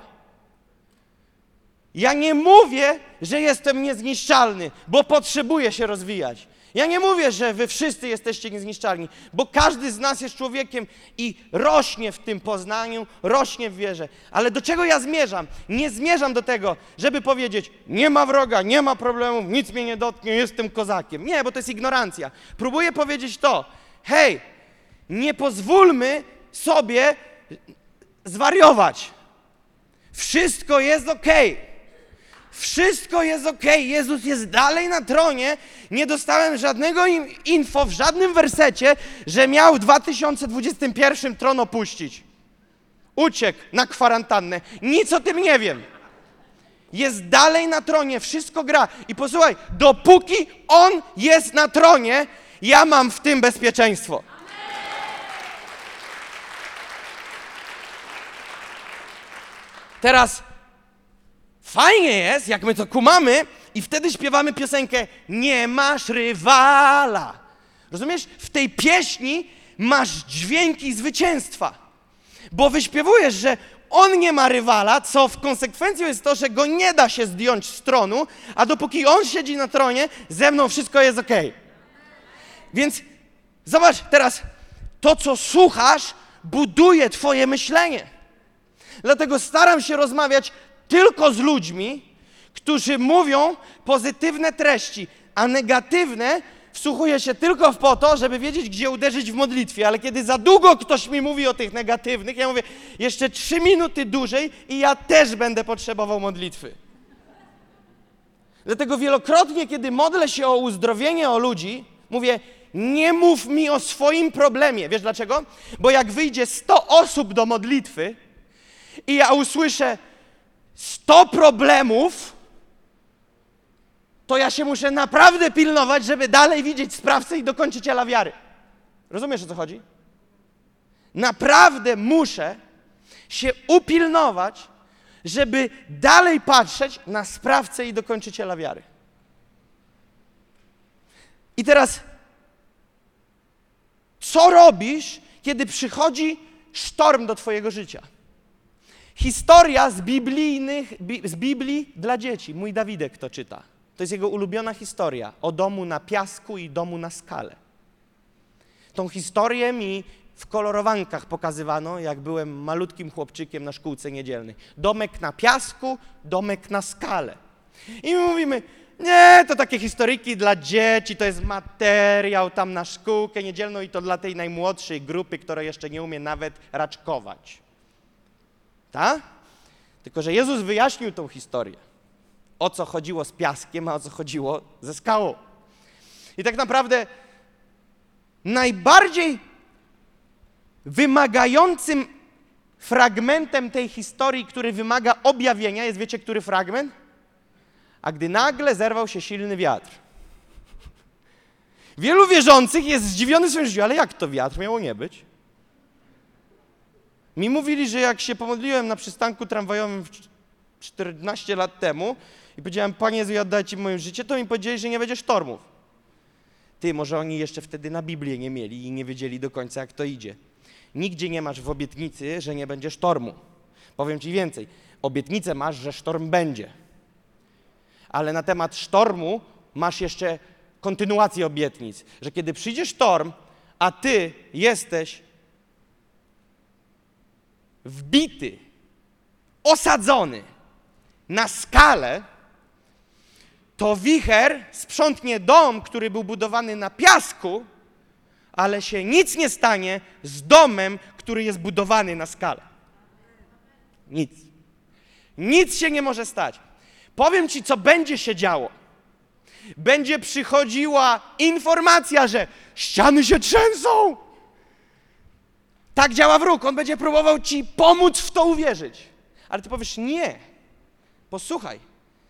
Ja nie mówię, że jestem niezniszczalny, bo potrzebuję się rozwijać. Ja nie mówię, że wy wszyscy jesteście niezniszczalni, bo każdy z nas jest człowiekiem i rośnie w tym poznaniu, rośnie w wierze. Ale do czego ja zmierzam? Nie zmierzam do tego, żeby powiedzieć, nie ma wroga, nie ma problemów, nic mnie nie dotknie, jestem kozakiem. Nie, bo to jest ignorancja. Próbuję powiedzieć to, hej, nie pozwólmy sobie zwariować. Wszystko jest okej. Wszystko jest okej. Jezus jest dalej na tronie. Nie dostałem żadnego info w żadnym wersecie, że miał w dwa tysiące dwudziestym pierwszym tron opuścić. Uciekł na kwarantannę. Nic o tym nie wiem. Jest dalej na tronie, wszystko gra. I posłuchaj, dopóki On jest na tronie, ja mam w tym bezpieczeństwo. Teraz fajnie jest, jak my to kumamy i wtedy śpiewamy piosenkę Nie masz rywala. Rozumiesz? W tej pieśni masz dźwięki zwycięstwa, bo wyśpiewujesz, że On nie ma rywala, co w konsekwencji jest to, że Go nie da się zdjąć z tronu, a dopóki On siedzi na tronie, ze mną wszystko jest okej. Więc zobacz teraz, To, co słuchasz, buduje twoje myślenie. Dlatego staram się rozmawiać tylko z ludźmi, którzy mówią pozytywne treści, a negatywne wsłuchuję się tylko po to, żeby wiedzieć, gdzie uderzyć w modlitwie. Ale kiedy za długo ktoś mi mówi o tych negatywnych, ja mówię, jeszcze trzy minuty dłużej i ja też będę potrzebował modlitwy. Dlatego wielokrotnie, kiedy modlę się o uzdrowienie o ludzi, mówię, nie mów mi o swoim problemie. Wiesz dlaczego? Bo jak wyjdzie sto osób do modlitwy i ja usłyszę sto problemów, to ja się muszę naprawdę pilnować, żeby dalej widzieć sprawcę i dokończyciela wiary. Rozumiesz, o co chodzi? Naprawdę muszę się upilnować, żeby dalej patrzeć na sprawcę i dokończyciela wiary. I teraz, co robisz, kiedy przychodzi sztorm do twojego życia? Historia z, biblijnych, z Biblii dla dzieci. Mój Dawidek to czyta. To jest jego ulubiona historia o domu na piasku i domu na skale. Tą historię mi w kolorowankach pokazywano, jak byłem malutkim chłopczykiem na szkółce niedzielnej. Domek na piasku, domek na skale. I my mówimy, nie, to takie historyjki dla dzieci, to jest materiał tam na szkółkę niedzielną i to dla tej najmłodszej grupy, która jeszcze nie umie nawet raczkować. Tak? Tylko że Jezus wyjaśnił tą historię. O co chodziło z piaskiem, a o co chodziło ze skałą. I tak naprawdę najbardziej wymagającym fragmentem tej historii, który wymaga objawienia, jest, wiecie, który fragment? A gdy nagle zerwał się silny wiatr. Wielu wierzących jest zdziwiony swoim życiem, ale jak to wiatr miało nie być? Mi mówili, że jak się pomodliłem na przystanku tramwajowym czternaście lat temu i powiedziałem, Panie Jezu, oddaj Ci moje życie, to mi powiedzieli, że nie będzie sztormów. Ty, może oni jeszcze wtedy na Biblię nie mieli i nie wiedzieli do końca, jak to idzie. Nigdzie nie masz w obietnicy, że nie będzie sztormu. Powiem Ci więcej, obietnicę masz, że sztorm będzie. Ale na temat sztormu masz jeszcze kontynuację obietnic, że kiedy przyjdzie sztorm, a Ty jesteś wbity, osadzony na skalę, to wicher sprzątnie dom, który był budowany na piasku, ale się nic nie stanie z domem, który jest budowany na skalę. Nic. Nic się nie może stać. Powiem Ci, co będzie się działo. Będzie przychodziła informacja, że ściany się trzęsą. Tak działa wróg. On będzie próbował Ci pomóc w to uwierzyć. Ale Ty powiesz, nie. Posłuchaj.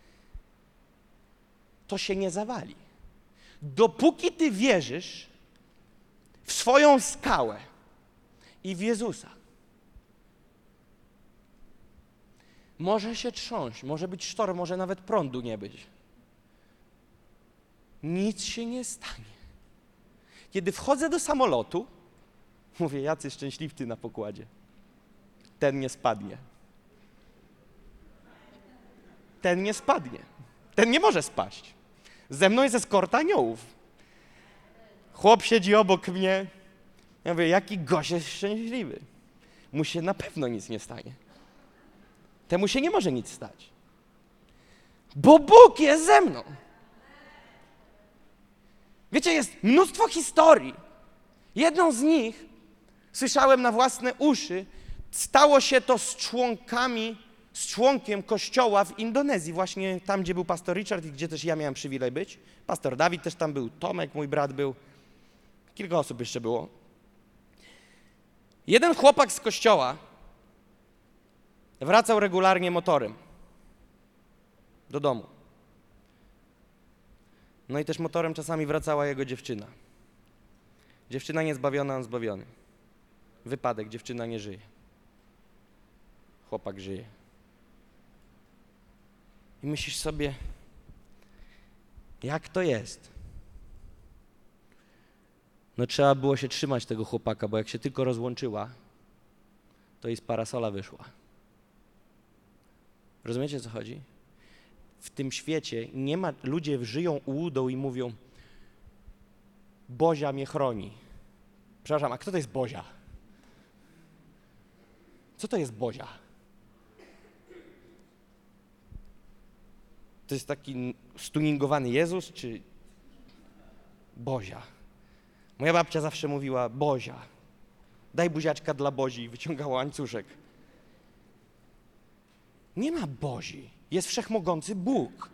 To się nie zawali. Dopóki Ty wierzysz w swoją skałę i w Jezusa, może się trząść, może być sztorm, może nawet prądu nie być. Nic się nie stanie. Kiedy wchodzę do samolotu, mówię, jacy szczęśliwcy na pokładzie. Ten nie spadnie. Ten nie spadnie. Ten nie może spaść. Ze mną jest eskorta aniołów. Chłop siedzi obok mnie. Ja mówię, jaki gość jest szczęśliwy. Mu się na pewno nic nie stanie. Temu się nie może nic stać. Bo Bóg jest ze mną. Wiecie, jest mnóstwo historii. Jedną z nich słyszałem na własne uszy. Stało się to z członkami, z członkiem kościoła w Indonezji, właśnie tam, gdzie był pastor Richard i gdzie też ja miałem przywilej być. Pastor Dawid też tam był, Tomek, mój brat był. Kilka osób jeszcze było. Jeden chłopak z kościoła wracał regularnie motorem do domu. No i też motorem czasami wracała jego dziewczyna. Dziewczyna niezbawiona, on zbawiony. Wypadek, dziewczyna nie żyje. Chłopak żyje. I myślisz sobie, jak to jest? No trzeba było się trzymać tego chłopaka, bo jak się tylko rozłączyła, to jej z parasola wyszła. Rozumiecie, o co chodzi? W tym świecie nie ma, ludzie żyją ułudą i mówią, Bozia mnie chroni Przepraszam, a kto to jest Bozia? Co to jest Bozia? To jest taki stuningowany Jezus, czy Bozia? Moja babcia zawsze mówiła Bozia. Daj buziaczka dla Bozi i wyciągała łańcuszek. Nie ma Bozi. Jest wszechmogący Bóg.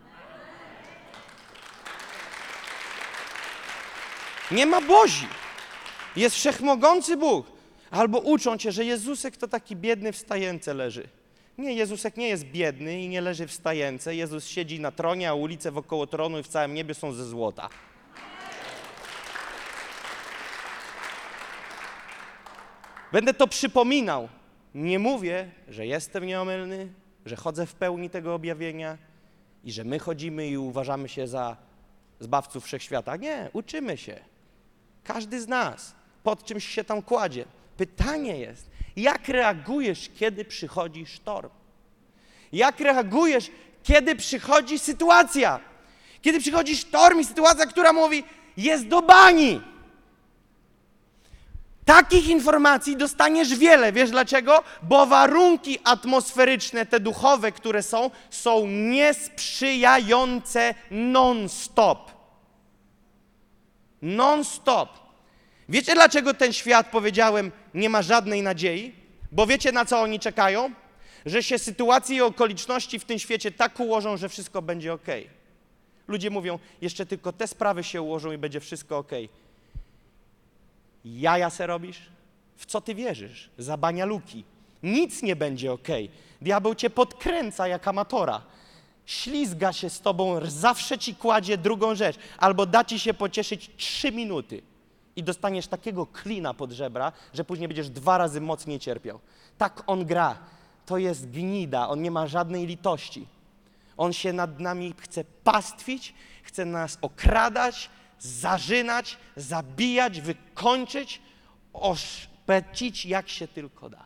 Nie ma Bozi. Jest wszechmogący Bóg. Albo uczą cię, że Jezusek to taki biedny w stajence leży. Nie, Jezusek nie jest biedny i nie leży w stajence. Jezus siedzi na tronie, a ulice wokoło tronu i w całym niebie są ze złota. Będę to przypominał. Nie mówię, że jestem nieomylny, że chodzę w pełni tego objawienia i że my chodzimy i uważamy się za zbawców wszechświata. Nie, uczymy się. Każdy z nas pod czymś się tam kładzie. Pytanie jest, jak reagujesz, kiedy przychodzi sztorm? Jak reagujesz, kiedy przychodzi sytuacja? Kiedy przychodzi sztorm i sytuacja, która mówi, jest do bani. Takich informacji dostaniesz wiele. Wiesz dlaczego? Bo warunki atmosferyczne, te duchowe, które są, są niesprzyjające non-stop. Non-stop. Wiecie, dlaczego ten świat, powiedziałem, nie ma żadnej nadziei? Bo wiecie, na co oni czekają? Że się sytuacje i okoliczności w tym świecie tak ułożą, że wszystko będzie ok. Ludzie mówią, jeszcze tylko te sprawy się ułożą i będzie wszystko ok. Jaja se robisz? W co ty wierzysz? Za banialuki. Nic nie będzie ok. Diabeł cię podkręca jak amatora. Ślizga się z tobą, zawsze ci kładzie drugą rzecz. Albo da ci się pocieszyć trzy minuty. I dostaniesz takiego klina pod żebra, że później będziesz dwa razy mocniej cierpiał. Tak on gra. To jest gnida. On nie ma żadnej litości. On się nad nami chce pastwić, chce nas okradać, zarzynać, zabijać, wykończyć, oszpecić jak się tylko da.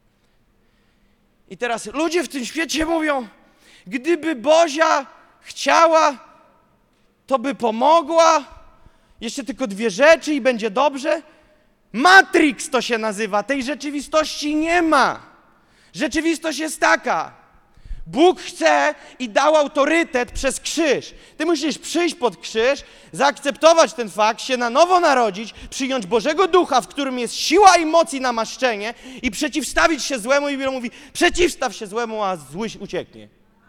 I teraz ludzie w tym świecie mówią, gdyby Bozia chciała, to by pomogła, jeszcze tylko dwie rzeczy i będzie dobrze. Matrix to się nazywa, tej rzeczywistości nie ma. Rzeczywistość jest taka. Bóg chce i dał autorytet przez krzyż. Ty musisz przyjść pod krzyż, zaakceptować ten fakt, się na nowo narodzić, przyjąć Bożego Ducha, w którym jest siła i moc i namaszczenie i przeciwstawić się złemu i Biblia mówi, przeciwstaw się złemu, a zły ucieknie.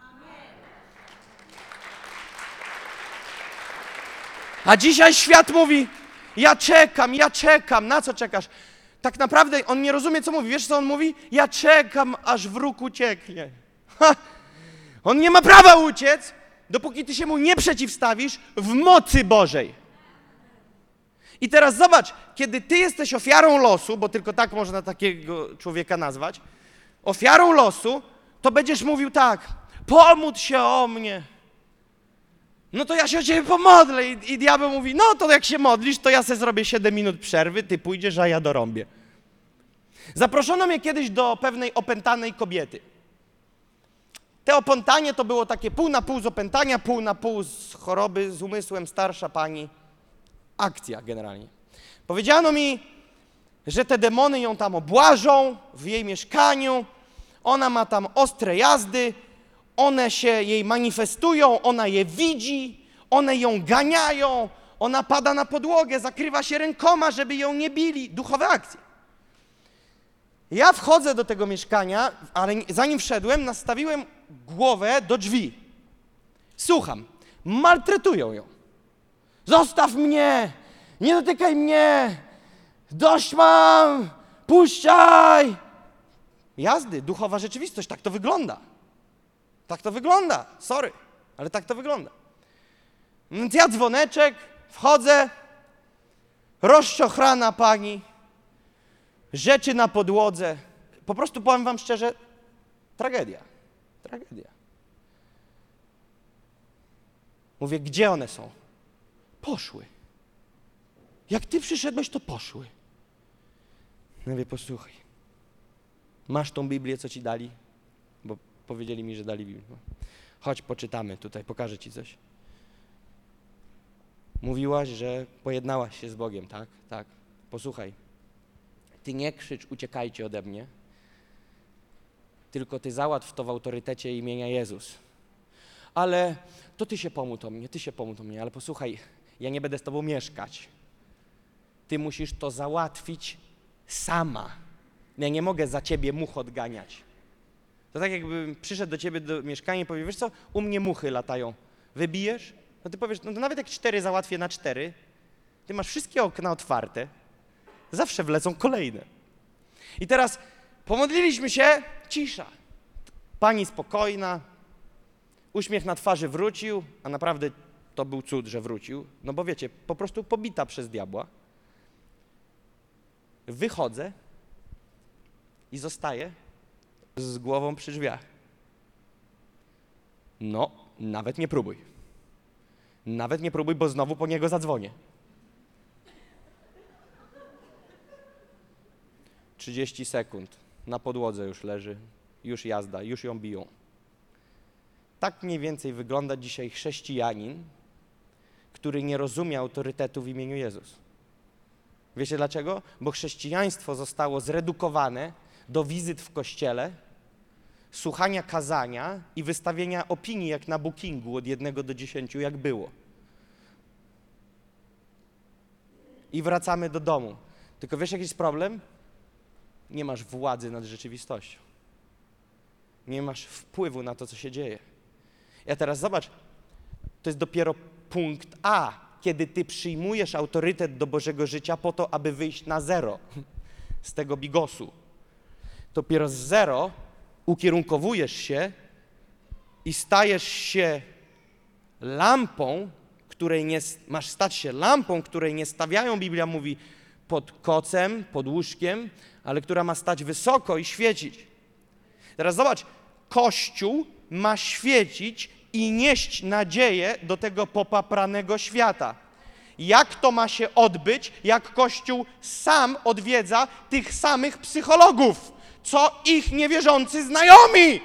A dzisiaj świat mówi, ja czekam, ja czekam. Na co czekasz? Tak naprawdę on nie rozumie, co mówi. Wiesz, co on mówi? Ja czekam, aż wróg ucieknie. Ha! On nie ma prawa uciec, dopóki ty się mu nie przeciwstawisz w mocy Bożej. I teraz zobacz, kiedy ty jesteś ofiarą losu, bo tylko tak można takiego człowieka nazwać, ofiarą losu, to będziesz mówił tak, pomódl się o mnie. No to ja się o ciebie pomodlę. I, i diabeł mówi, no to jak się modlisz, to ja sobie zrobię siedem minut przerwy, ty pójdziesz, a ja dorąbię. Zaproszono mnie kiedyś do pewnej opętanej kobiety. Te opętanie to było takie pół na pół z opętania, pół na pół z choroby, z umysłem, starsza pani. Akcja generalnie. Powiedziano mi, że te demony ją tam obłażą w jej mieszkaniu, ona ma tam ostre jazdy, one się jej manifestują, ona je widzi, one ją ganiają, ona pada na podłogę, zakrywa się rękoma, żeby ją nie bili. Duchowe akcje. Ja wchodzę do tego mieszkania, ale zanim wszedłem, nastawiłem głowę do drzwi. Słucham, maltretują ją. Zostaw mnie, nie dotykaj mnie, dość mam, puszczaj. Jazdy, duchowa rzeczywistość, tak to wygląda. Tak to wygląda, sorry, ale tak to wygląda. Więc ja dzwoneczek, wchodzę, rozczochrana pani, rzeczy na podłodze. Po prostu powiem wam szczerze, tragedia, tragedia. Mówię, gdzie one są? Poszły. Jak ty przyszedłeś, to poszły. Mówię, posłuchaj, masz tą Biblię, co ci dali? Bo powiedzieli mi, że dali Biblię. Chodź, poczytamy tutaj, pokażę ci coś. Mówiłaś, że pojednałaś się z Bogiem, tak? Tak. Posłuchaj, ty nie krzycz, uciekajcie ode mnie, tylko ty załatw to w autorytecie imienia Jezus. Ale to ty się pomódl o mnie, ty się pomódl o mnie, ale posłuchaj, ja nie będę z tobą mieszkać. Ty musisz to załatwić sama. Ja nie mogę za ciebie much odganiać. To tak jakbym przyszedł do ciebie do mieszkania i powiedział, wiesz co, u mnie muchy latają. Wybijesz? No ty powiesz, no to nawet jak cztery załatwię na cztery, ty masz wszystkie okna otwarte, zawsze wlecą kolejne. I teraz pomodliliśmy się, cisza. Pani spokojna, uśmiech na twarzy wrócił, a naprawdę to był cud, że wrócił, no bo wiecie, po prostu pobita przez diabła. Wychodzę i zostaję z głową przy drzwiach. No, nawet nie próbuj. Nawet nie próbuj, bo znowu po niego zadzwonię. trzydzieści sekund. Na podłodze już leży. Już jazda, już ją biją. Tak mniej więcej wygląda dzisiaj chrześcijanin, który nie rozumie autorytetu w imieniu Jezus. Wiecie dlaczego? Bo chrześcijaństwo zostało zredukowane do wizyt w kościele, słuchania kazania i wystawienia opinii jak na bookingu od jednego do dziesięciu, jak było. I wracamy do domu. Tylko wiesz, jaki jest problem? Nie masz władzy nad rzeczywistością. Nie masz wpływu na to, co się dzieje. Ja teraz zobacz, to jest dopiero punkt A, kiedy ty przyjmujesz autorytet do Bożego życia po to, aby wyjść na zero z tego bigosu. Dopiero z zero ukierunkowujesz się i stajesz się lampą, której nie, masz stać się lampą, której nie stawiają, Biblia mówi, pod kocem, pod łóżkiem, ale która ma stać wysoko i świecić. Teraz zobacz, Kościół ma świecić i nieść nadzieję do tego popapranego świata. Jak to ma się odbyć, jak Kościół sam odwiedza tych samych psychologów, co ich niewierzący znajomi?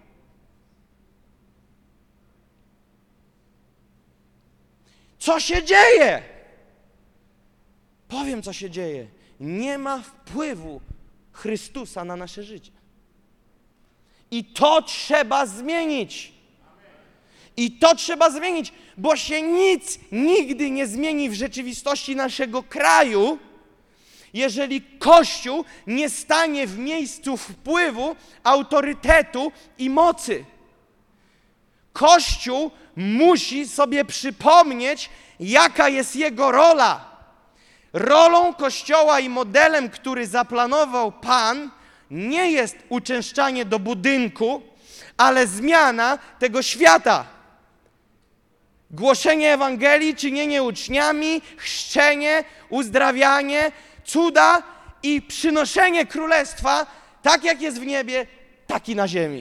Co się dzieje? Powiem, co się dzieje. Nie ma wpływu Chrystusa na nasze życie. I to trzeba zmienić. I to trzeba zmienić, bo się nic nigdy nie zmieni w rzeczywistości naszego kraju, jeżeli Kościół nie stanie w miejscu wpływu, autorytetu i mocy. Kościół musi sobie przypomnieć, jaka jest jego rola. Rolą Kościoła i modelem, który zaplanował Pan, nie jest uczęszczanie do budynku, ale zmiana tego świata. Głoszenie Ewangelii, czynienie uczniami, chrzczenie, uzdrawianie, cuda i przynoszenie królestwa, tak jak jest w niebie, tak i na ziemi.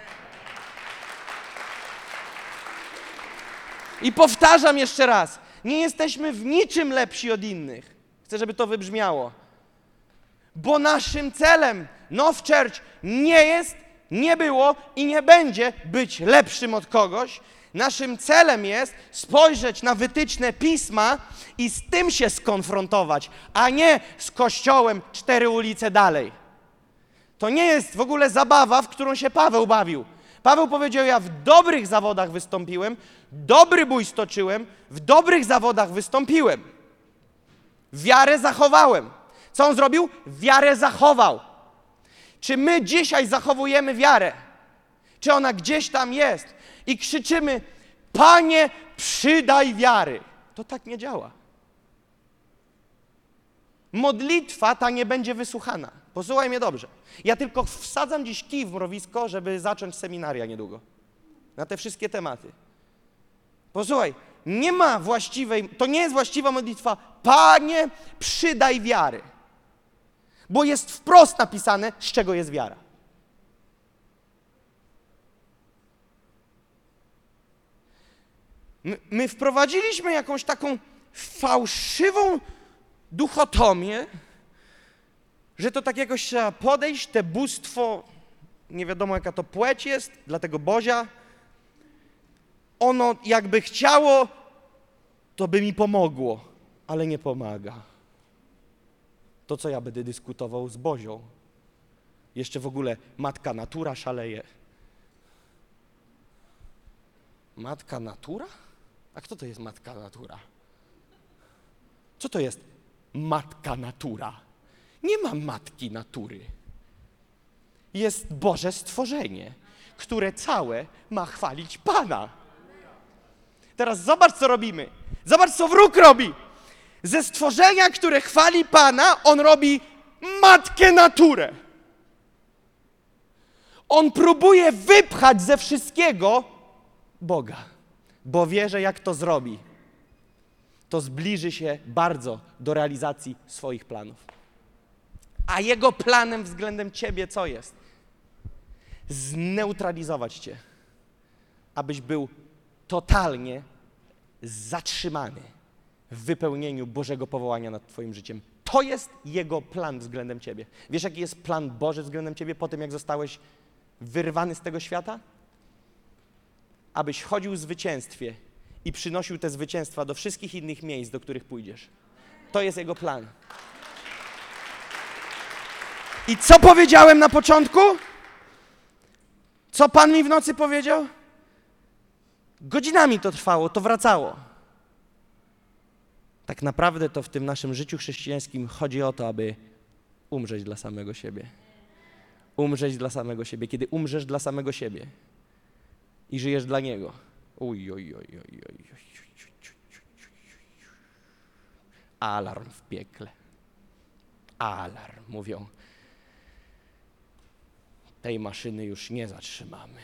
I powtarzam jeszcze raz, nie jesteśmy w niczym lepsi od innych. Chcę, żeby to wybrzmiało. Bo naszym celem Now Church nie jest, nie było i nie będzie być lepszym od kogoś. Naszym celem jest spojrzeć na wytyczne Pisma i z tym się skonfrontować, a nie z Kościołem cztery ulice dalej. To nie jest w ogóle zabawa, w którą się Paweł bawił. Paweł powiedział, ja w dobrych zawodach wystąpiłem, dobry bój stoczyłem, w dobrych zawodach wystąpiłem. Wiarę zachowałem. Co on zrobił? Wiarę zachował. Czy my dzisiaj zachowujemy wiarę? Czy ona gdzieś tam jest? I krzyczymy, Panie, przydaj wiary. To tak nie działa. Modlitwa ta nie będzie wysłuchana. Posłuchaj mnie dobrze. Ja tylko wsadzam dziś kij w mrowisko, żeby zacząć seminaria niedługo. Na te wszystkie tematy. Posłuchaj, nie ma właściwej, to nie jest właściwa modlitwa, Panie, przydaj wiary. Bo jest wprost napisane, z czego jest wiara. My, my wprowadziliśmy jakąś taką fałszywą duchotomię, że to tak jakoś trzeba podejść, te bóstwo, nie wiadomo jaka to płeć jest, dlatego Bozia, ono jakby chciało, to by mi pomogło, ale nie pomaga. To co ja będę dyskutował z Bozią? Jeszcze w ogóle matka natura szaleje. Matka natura? A kto to jest matka natura? Co to jest matka natura? Nie ma matki natury. Jest Boże stworzenie, które całe ma chwalić Pana. Teraz zobacz, co robimy. Zobacz, co wróg robi. Ze stworzenia, które chwali Pana, on robi matkę naturę. On próbuje wypchać ze wszystkiego Boga, bo wie, że jak to zrobi, to zbliży się bardzo do realizacji swoich planów. A jego planem względem ciebie co jest? Zneutralizować cię, abyś był totalnie zatrzymany w wypełnieniu Bożego powołania nad twoim życiem. To jest jego plan względem ciebie. Wiesz, jaki jest plan Boży względem ciebie po tym, jak zostałeś wyrwany z tego świata? Abyś chodził w zwycięstwie i przynosił te zwycięstwa do wszystkich innych miejsc, do których pójdziesz. To jest jego plan. I co powiedziałem na początku? Co Pan mi w nocy powiedział? Godzinami to trwało, to wracało. Tak naprawdę to w tym naszym życiu chrześcijańskim chodzi o to, aby umrzeć dla samego siebie. Umrzeć dla samego siebie. Kiedy umrzesz dla samego siebie i żyjesz dla Niego. Uj, oj, oj, oj, oj, oj. Alarm w piekle. Alarm, mówią. Tej maszyny już nie zatrzymamy.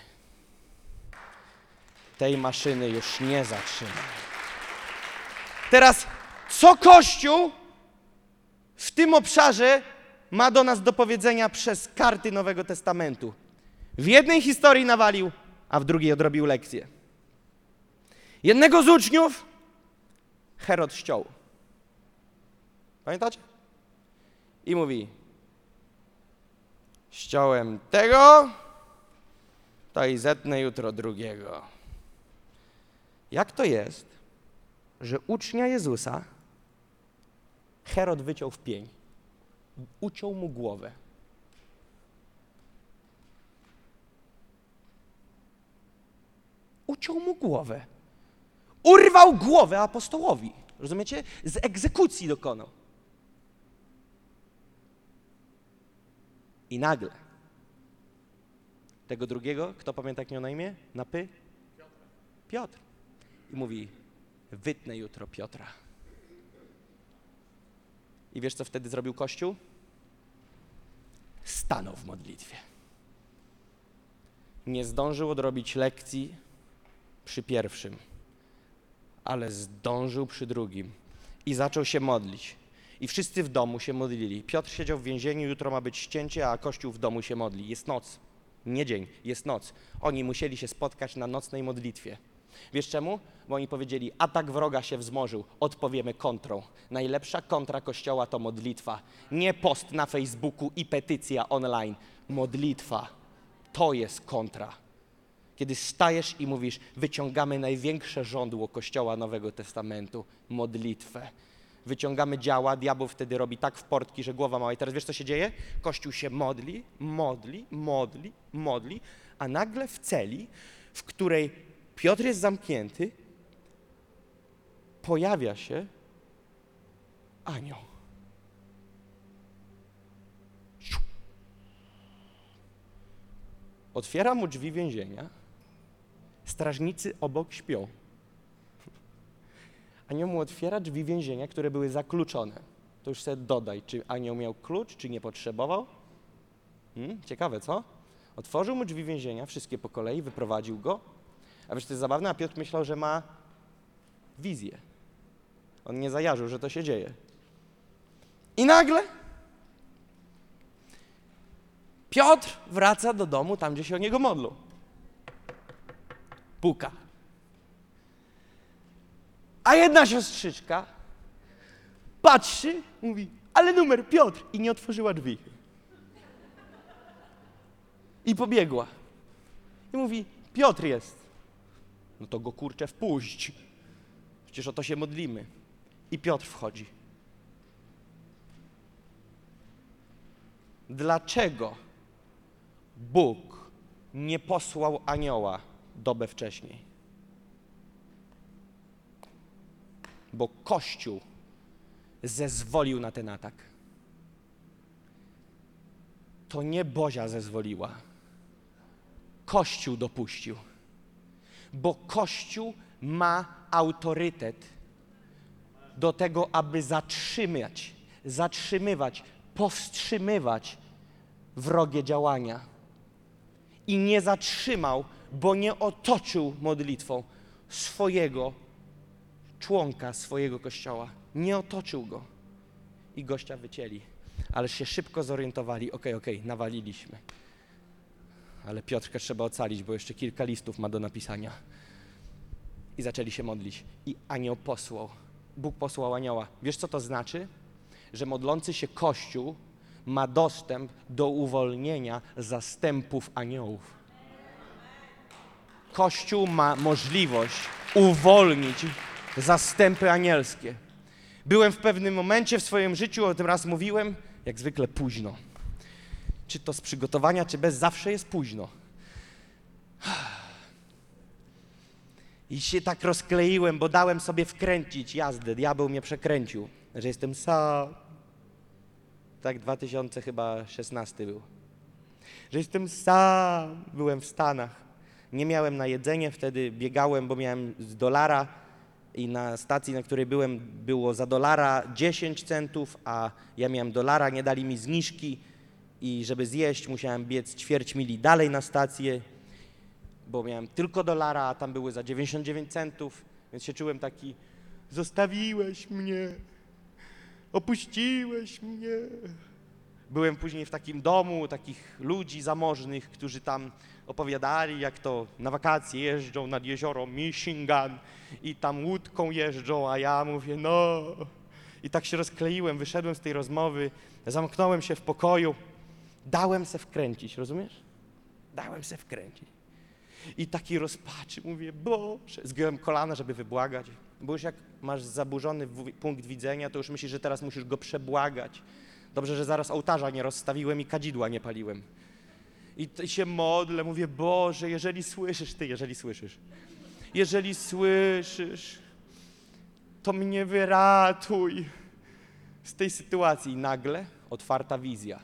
Tej maszyny już nie zatrzymamy. Teraz, co Kościół w tym obszarze ma do nas do powiedzenia przez karty Nowego Testamentu? W jednej historii nawalił, a w drugiej odrobił lekcję. Jednego z uczniów Herod ściął. Pamiętacie? I mówi, ściąłem tego, to i zetnę jutro drugiego. Jak to jest, że ucznia Jezusa Herod wyciął w pień, uciął mu głowę. Uciął mu głowę. Urwał głowę apostołowi. Rozumiecie? Z egzekucji dokonał. I nagle tego drugiego, kto pamięta, jak miał na imię? Na py? Piotr. Piotr. I mówi, wytnę jutro Piotra. I wiesz, co wtedy zrobił Kościół? Stanął w modlitwie. Nie zdążył odrobić lekcji przy pierwszym, ale zdążył przy drugim i zaczął się modlić. I wszyscy w domu się modlili. Piotr siedział w więzieniu, jutro ma być ścięcie, a Kościół w domu się modli. Jest noc, nie dzień, jest noc. Oni musieli się spotkać na nocnej modlitwie. Wiesz czemu? Bo oni powiedzieli, atak wroga się wzmożył, odpowiemy kontrą. Najlepsza kontra Kościoła to modlitwa. Nie post na Facebooku i petycja online. Modlitwa. To jest kontra. Kiedy stajesz i mówisz, wyciągamy największe żądło Kościoła Nowego Testamentu, modlitwę. Wyciągamy działa, diabeł wtedy robi tak w portki, że głowa mała. I teraz wiesz, co się dzieje? Kościół się modli, modli, modli, modli, a nagle w celi, w której Piotr jest zamknięty, pojawia się anioł. Otwiera mu drzwi więzienia, strażnicy obok śpią. Anioł mu otwiera drzwi więzienia, które były zakluczone. To już sobie dodaj, czy anioł miał klucz, czy nie potrzebował. Hmm? Ciekawe, co? Otworzył mu drzwi więzienia, wszystkie po kolei, wyprowadził go. A wiesz, to jest zabawne, a Piotr myślał, że ma wizję. On nie zajarzył, że to się dzieje. I nagle Piotr wraca do domu, tam gdzie się o niego modlą. Puka. A jedna siostrzyczka patrzy, mówi, ale numer Piotr, i nie otworzyła drzwi. I pobiegła. I mówi, Piotr jest. No to go kurczę wpuść. Przecież o to się modlimy. I Piotr wchodzi. Dlaczego Bóg nie posłał anioła dobę wcześniej? Bo Kościół zezwolił na ten atak. To nie Bozia zezwoliła. Kościół dopuścił. Bo Kościół ma autorytet do tego, aby zatrzymać, zatrzymywać, powstrzymywać wrogie działania. I nie zatrzymał, bo nie otoczył modlitwą swojego członka, swojego kościoła. Nie otoczył go. I gościa wycięli. Ale się szybko zorientowali, okej, okej, nawaliliśmy. Ale Piotrkę trzeba ocalić, bo jeszcze kilka listów ma do napisania. I zaczęli się modlić. I anioł posłał. Bóg posłał anioła. Wiesz, co to znaczy? Że modlący się Kościół ma dostęp do uwolnienia zastępów aniołów. Kościół ma możliwość uwolnić zastępy anielskie. Byłem w pewnym momencie w swoim życiu, o tym raz mówiłem, jak zwykle późno. Czy to z przygotowania, czy bez, zawsze jest późno. I się tak rozkleiłem, bo dałem sobie wkręcić jazdę. Diabeł mnie przekręcił, że jestem sam. Tak dwa tysiące szesnasty był. Że jestem sam. Byłem w Stanach. Nie miałem na jedzenie, wtedy biegałem, bo miałem z dolara i na stacji, na której byłem, było za dolara dziesięć centów, a ja miałem dolara, nie dali mi zniżki i żeby zjeść, musiałem biec ćwierć mili dalej na stację, bo miałem tylko dolara, a tam były za dziewięćdziesiąt dziewięć centów, więc się czułem taki, zostawiłeś mnie, opuściłeś mnie. Byłem później w takim domu takich ludzi zamożnych, którzy tam opowiadali, jak to na wakacje jeżdżą nad jezioro Michigan i tam łódką jeżdżą, a ja mówię, no. I tak się rozkleiłem, wyszedłem z tej rozmowy, zamknąłem się w pokoju, dałem se wkręcić, rozumiesz? Dałem se wkręcić. I taki rozpaczy, mówię, Boże, zgiąłem kolana, żeby wybłagać, bo już jak masz zaburzony punkt widzenia, to już myślisz, że teraz musisz go przebłagać. Dobrze, że zaraz ołtarza nie rozstawiłem i kadzidła nie paliłem. I t- się modlę, mówię, Boże, jeżeli słyszysz, Ty, jeżeli słyszysz, jeżeli słyszysz, to mnie wyratuj z tej sytuacji. I nagle otwarta wizja.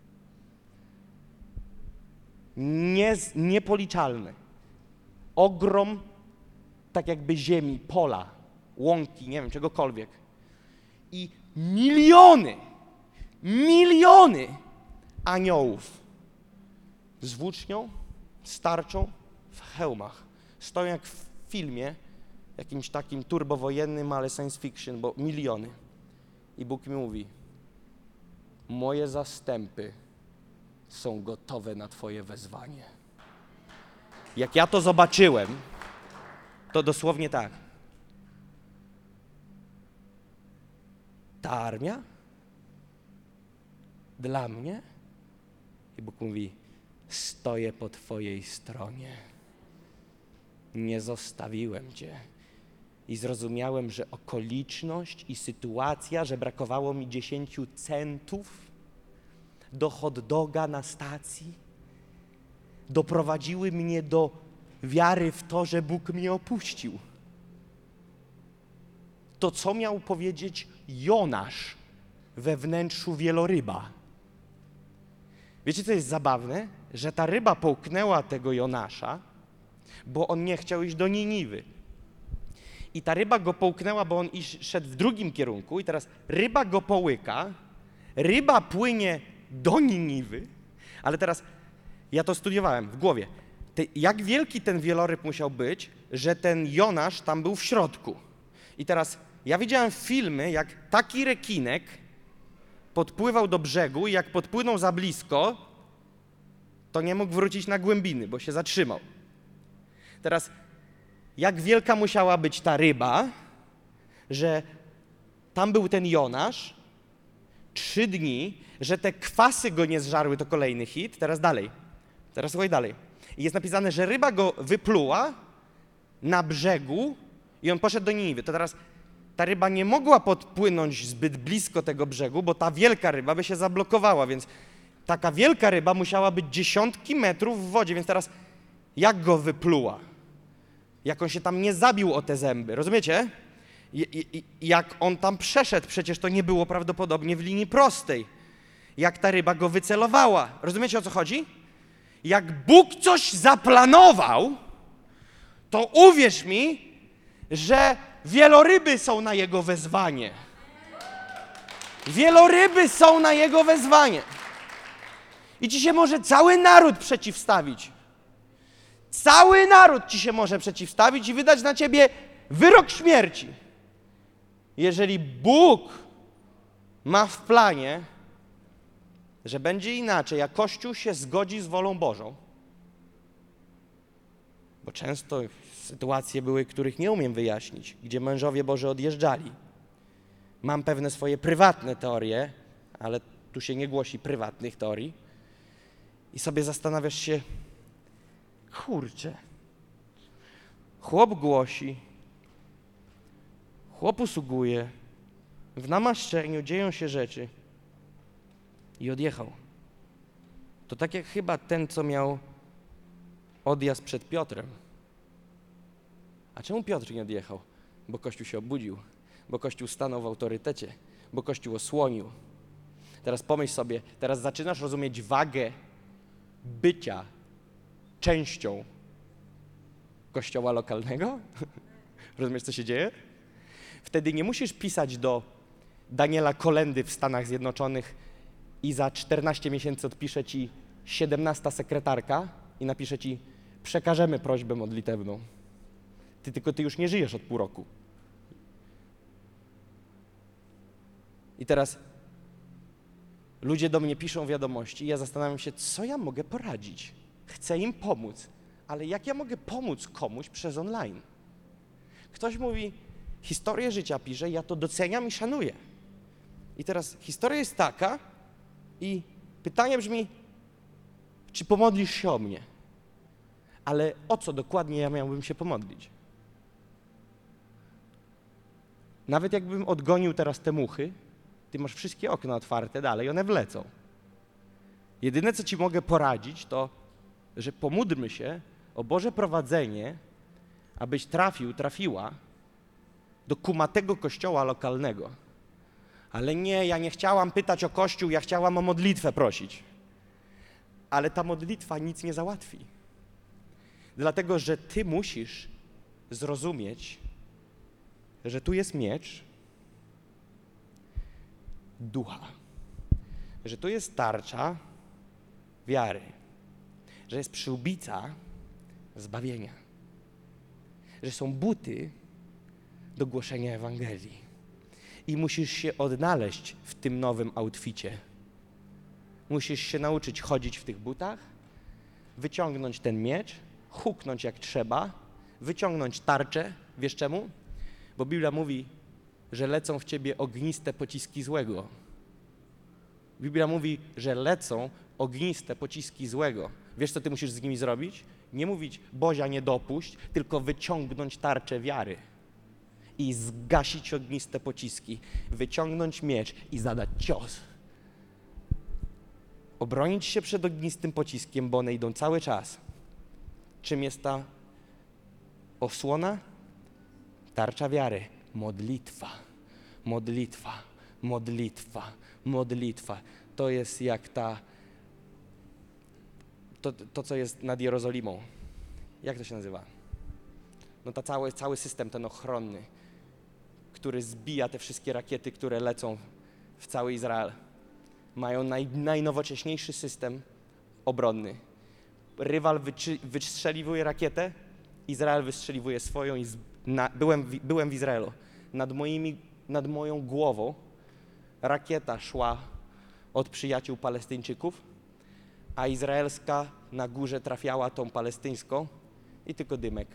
Nie, niepoliczalny. Ogrom, tak jakby ziemi, pola, łąki, nie wiem, czegokolwiek. I miliony, miliony aniołów z włócznią, z tarczą, w hełmach. Stoją jak w filmie, jakimś takim turbowojennym, ale science fiction, bo miliony. I Bóg mi mówi, moje zastępy są gotowe na Twoje wezwanie. Jak ja to zobaczyłem, to dosłownie tak. Ta armia dla mnie? I Bóg mówi, stoję po Twojej stronie. Nie zostawiłem Cię. I zrozumiałem, że okoliczność i sytuacja, że brakowało mi dziesięciu centów do hot doga na stacji, doprowadziły mnie do wiary w to, że Bóg mnie opuścił. To co miał powiedzieć Jonasz we wnętrzu wieloryba? Wiecie, co jest zabawne? Że ta ryba połknęła tego Jonasza, bo on nie chciał iść do Niniwy. I ta ryba go połknęła, bo on iść, szedł w drugim kierunku i teraz ryba go połyka, ryba płynie do Niniwy, ale teraz ja to studiowałem w głowie. Te, jak wielki ten wieloryb musiał być, że ten Jonasz tam był w środku. I teraz ja widziałem filmy, jak taki rekinek podpływał do brzegu i jak podpłynął za blisko, to nie mógł wrócić na głębiny, bo się zatrzymał. Teraz jak wielka musiała być ta ryba, że tam był ten Jonasz, trzy dni, że te kwasy go nie zżarły, to kolejny hit, teraz dalej, teraz słuchaj dalej. I jest napisane, że ryba go wypluła na brzegu i on poszedł do Niniwy. To teraz ta ryba nie mogła podpłynąć zbyt blisko tego brzegu, bo ta wielka ryba by się zablokowała, więc taka wielka ryba musiała być dziesiątki metrów w wodzie, więc teraz jak go wypluła? Jak on się tam nie zabił o te zęby, rozumiecie? I, i, jak on tam przeszedł, przecież to nie było prawdopodobnie w linii prostej. Jak ta ryba go wycelowała, rozumiecie, o co chodzi? Jak Bóg coś zaplanował, to uwierz mi, że wieloryby są na Jego wezwanie. Wieloryby są na Jego wezwanie. I ci się może cały naród przeciwstawić. Cały naród ci się może przeciwstawić i wydać na ciebie wyrok śmierci. Jeżeli Bóg ma w planie, że będzie inaczej, a Kościół się zgodzi z wolą Bożą, bo często sytuacje były, których nie umiem wyjaśnić, gdzie mężowie Boży odjeżdżali. Mam pewne swoje prywatne teorie, ale tu się nie głosi prywatnych teorii. I sobie zastanawiasz się, kurczę, chłop głosi, chłop usługuje, w namaszczeniu dzieją się rzeczy i odjechał. To tak jak chyba ten, co miał odjazd przed Piotrem. A czemu Piotr nie odjechał? Bo Kościół się obudził, bo Kościół stanął w autorytecie, bo Kościół osłonił. Teraz pomyśl sobie, teraz zaczynasz rozumieć wagę bycia częścią kościoła lokalnego? Rozumiesz, co się dzieje? Wtedy nie musisz pisać do Daniela Kolendy w Stanach Zjednoczonych i za czternaście miesięcy odpisze ci siedemnasta sekretarka i napisze ci, przekażemy prośbę modlitewną. Ty tylko ty już nie żyjesz od pół roku. I teraz ludzie do mnie piszą wiadomości i ja zastanawiam się, co ja mogę poradzić. Chcę im pomóc, ale jak ja mogę pomóc komuś przez online? Ktoś mówi, historię życia pisze, ja to doceniam i szanuję. I teraz historia jest taka i pytanie brzmi, czy pomodlisz się o mnie? Ale o co dokładnie ja miałbym się pomodlić? Nawet jakbym odgonił teraz te muchy, ty masz wszystkie okna otwarte dalej, one wlecą. Jedyne, co ci mogę poradzić, to, że pomódlmy się o Boże prowadzenie, abyś trafił, trafiła do kumatego kościoła lokalnego. Ale nie, ja nie chciałam pytać o kościół, ja chciałam o modlitwę prosić. Ale ta modlitwa nic nie załatwi. Dlatego, że ty musisz zrozumieć, że tu jest miecz ducha, że tu jest tarcza wiary, że jest przyłbica zbawienia, że są buty do głoszenia Ewangelii i musisz się odnaleźć w tym nowym outficie. Musisz się nauczyć chodzić w tych butach, wyciągnąć ten miecz, huknąć jak trzeba, wyciągnąć tarczę. Wiesz czemu? Bo Biblia mówi, że lecą w ciebie ogniste pociski złego. Biblia mówi, że lecą ogniste pociski złego. Wiesz, co ty musisz z nimi zrobić? Nie mówić, Bozia, nie dopuść, tylko wyciągnąć tarczę wiary i zgasić ogniste pociski, wyciągnąć miecz i zadać cios. Obronić się przed ognistym pociskiem, bo one idą cały czas. Czym jest ta osłona? Tarcza wiary. Modlitwa, modlitwa, modlitwa, modlitwa. To jest jak ta, to, to co jest nad Jerozolimą. Jak to się nazywa? No ta cały, cały system ten ochronny, który zbija te wszystkie rakiety, które lecą w cały Izrael. Mają naj, najnowocześniejszy system obronny. Rywal wyczy, wystrzeliwuje rakietę, Izrael wystrzeliwuje swoją i z, na, byłem, w, byłem w Izraelu. Nad, moimi, nad moją głową rakieta szła od przyjaciół Palestyńczyków, a izraelska na górze trafiała tą palestyńską i tylko dymek.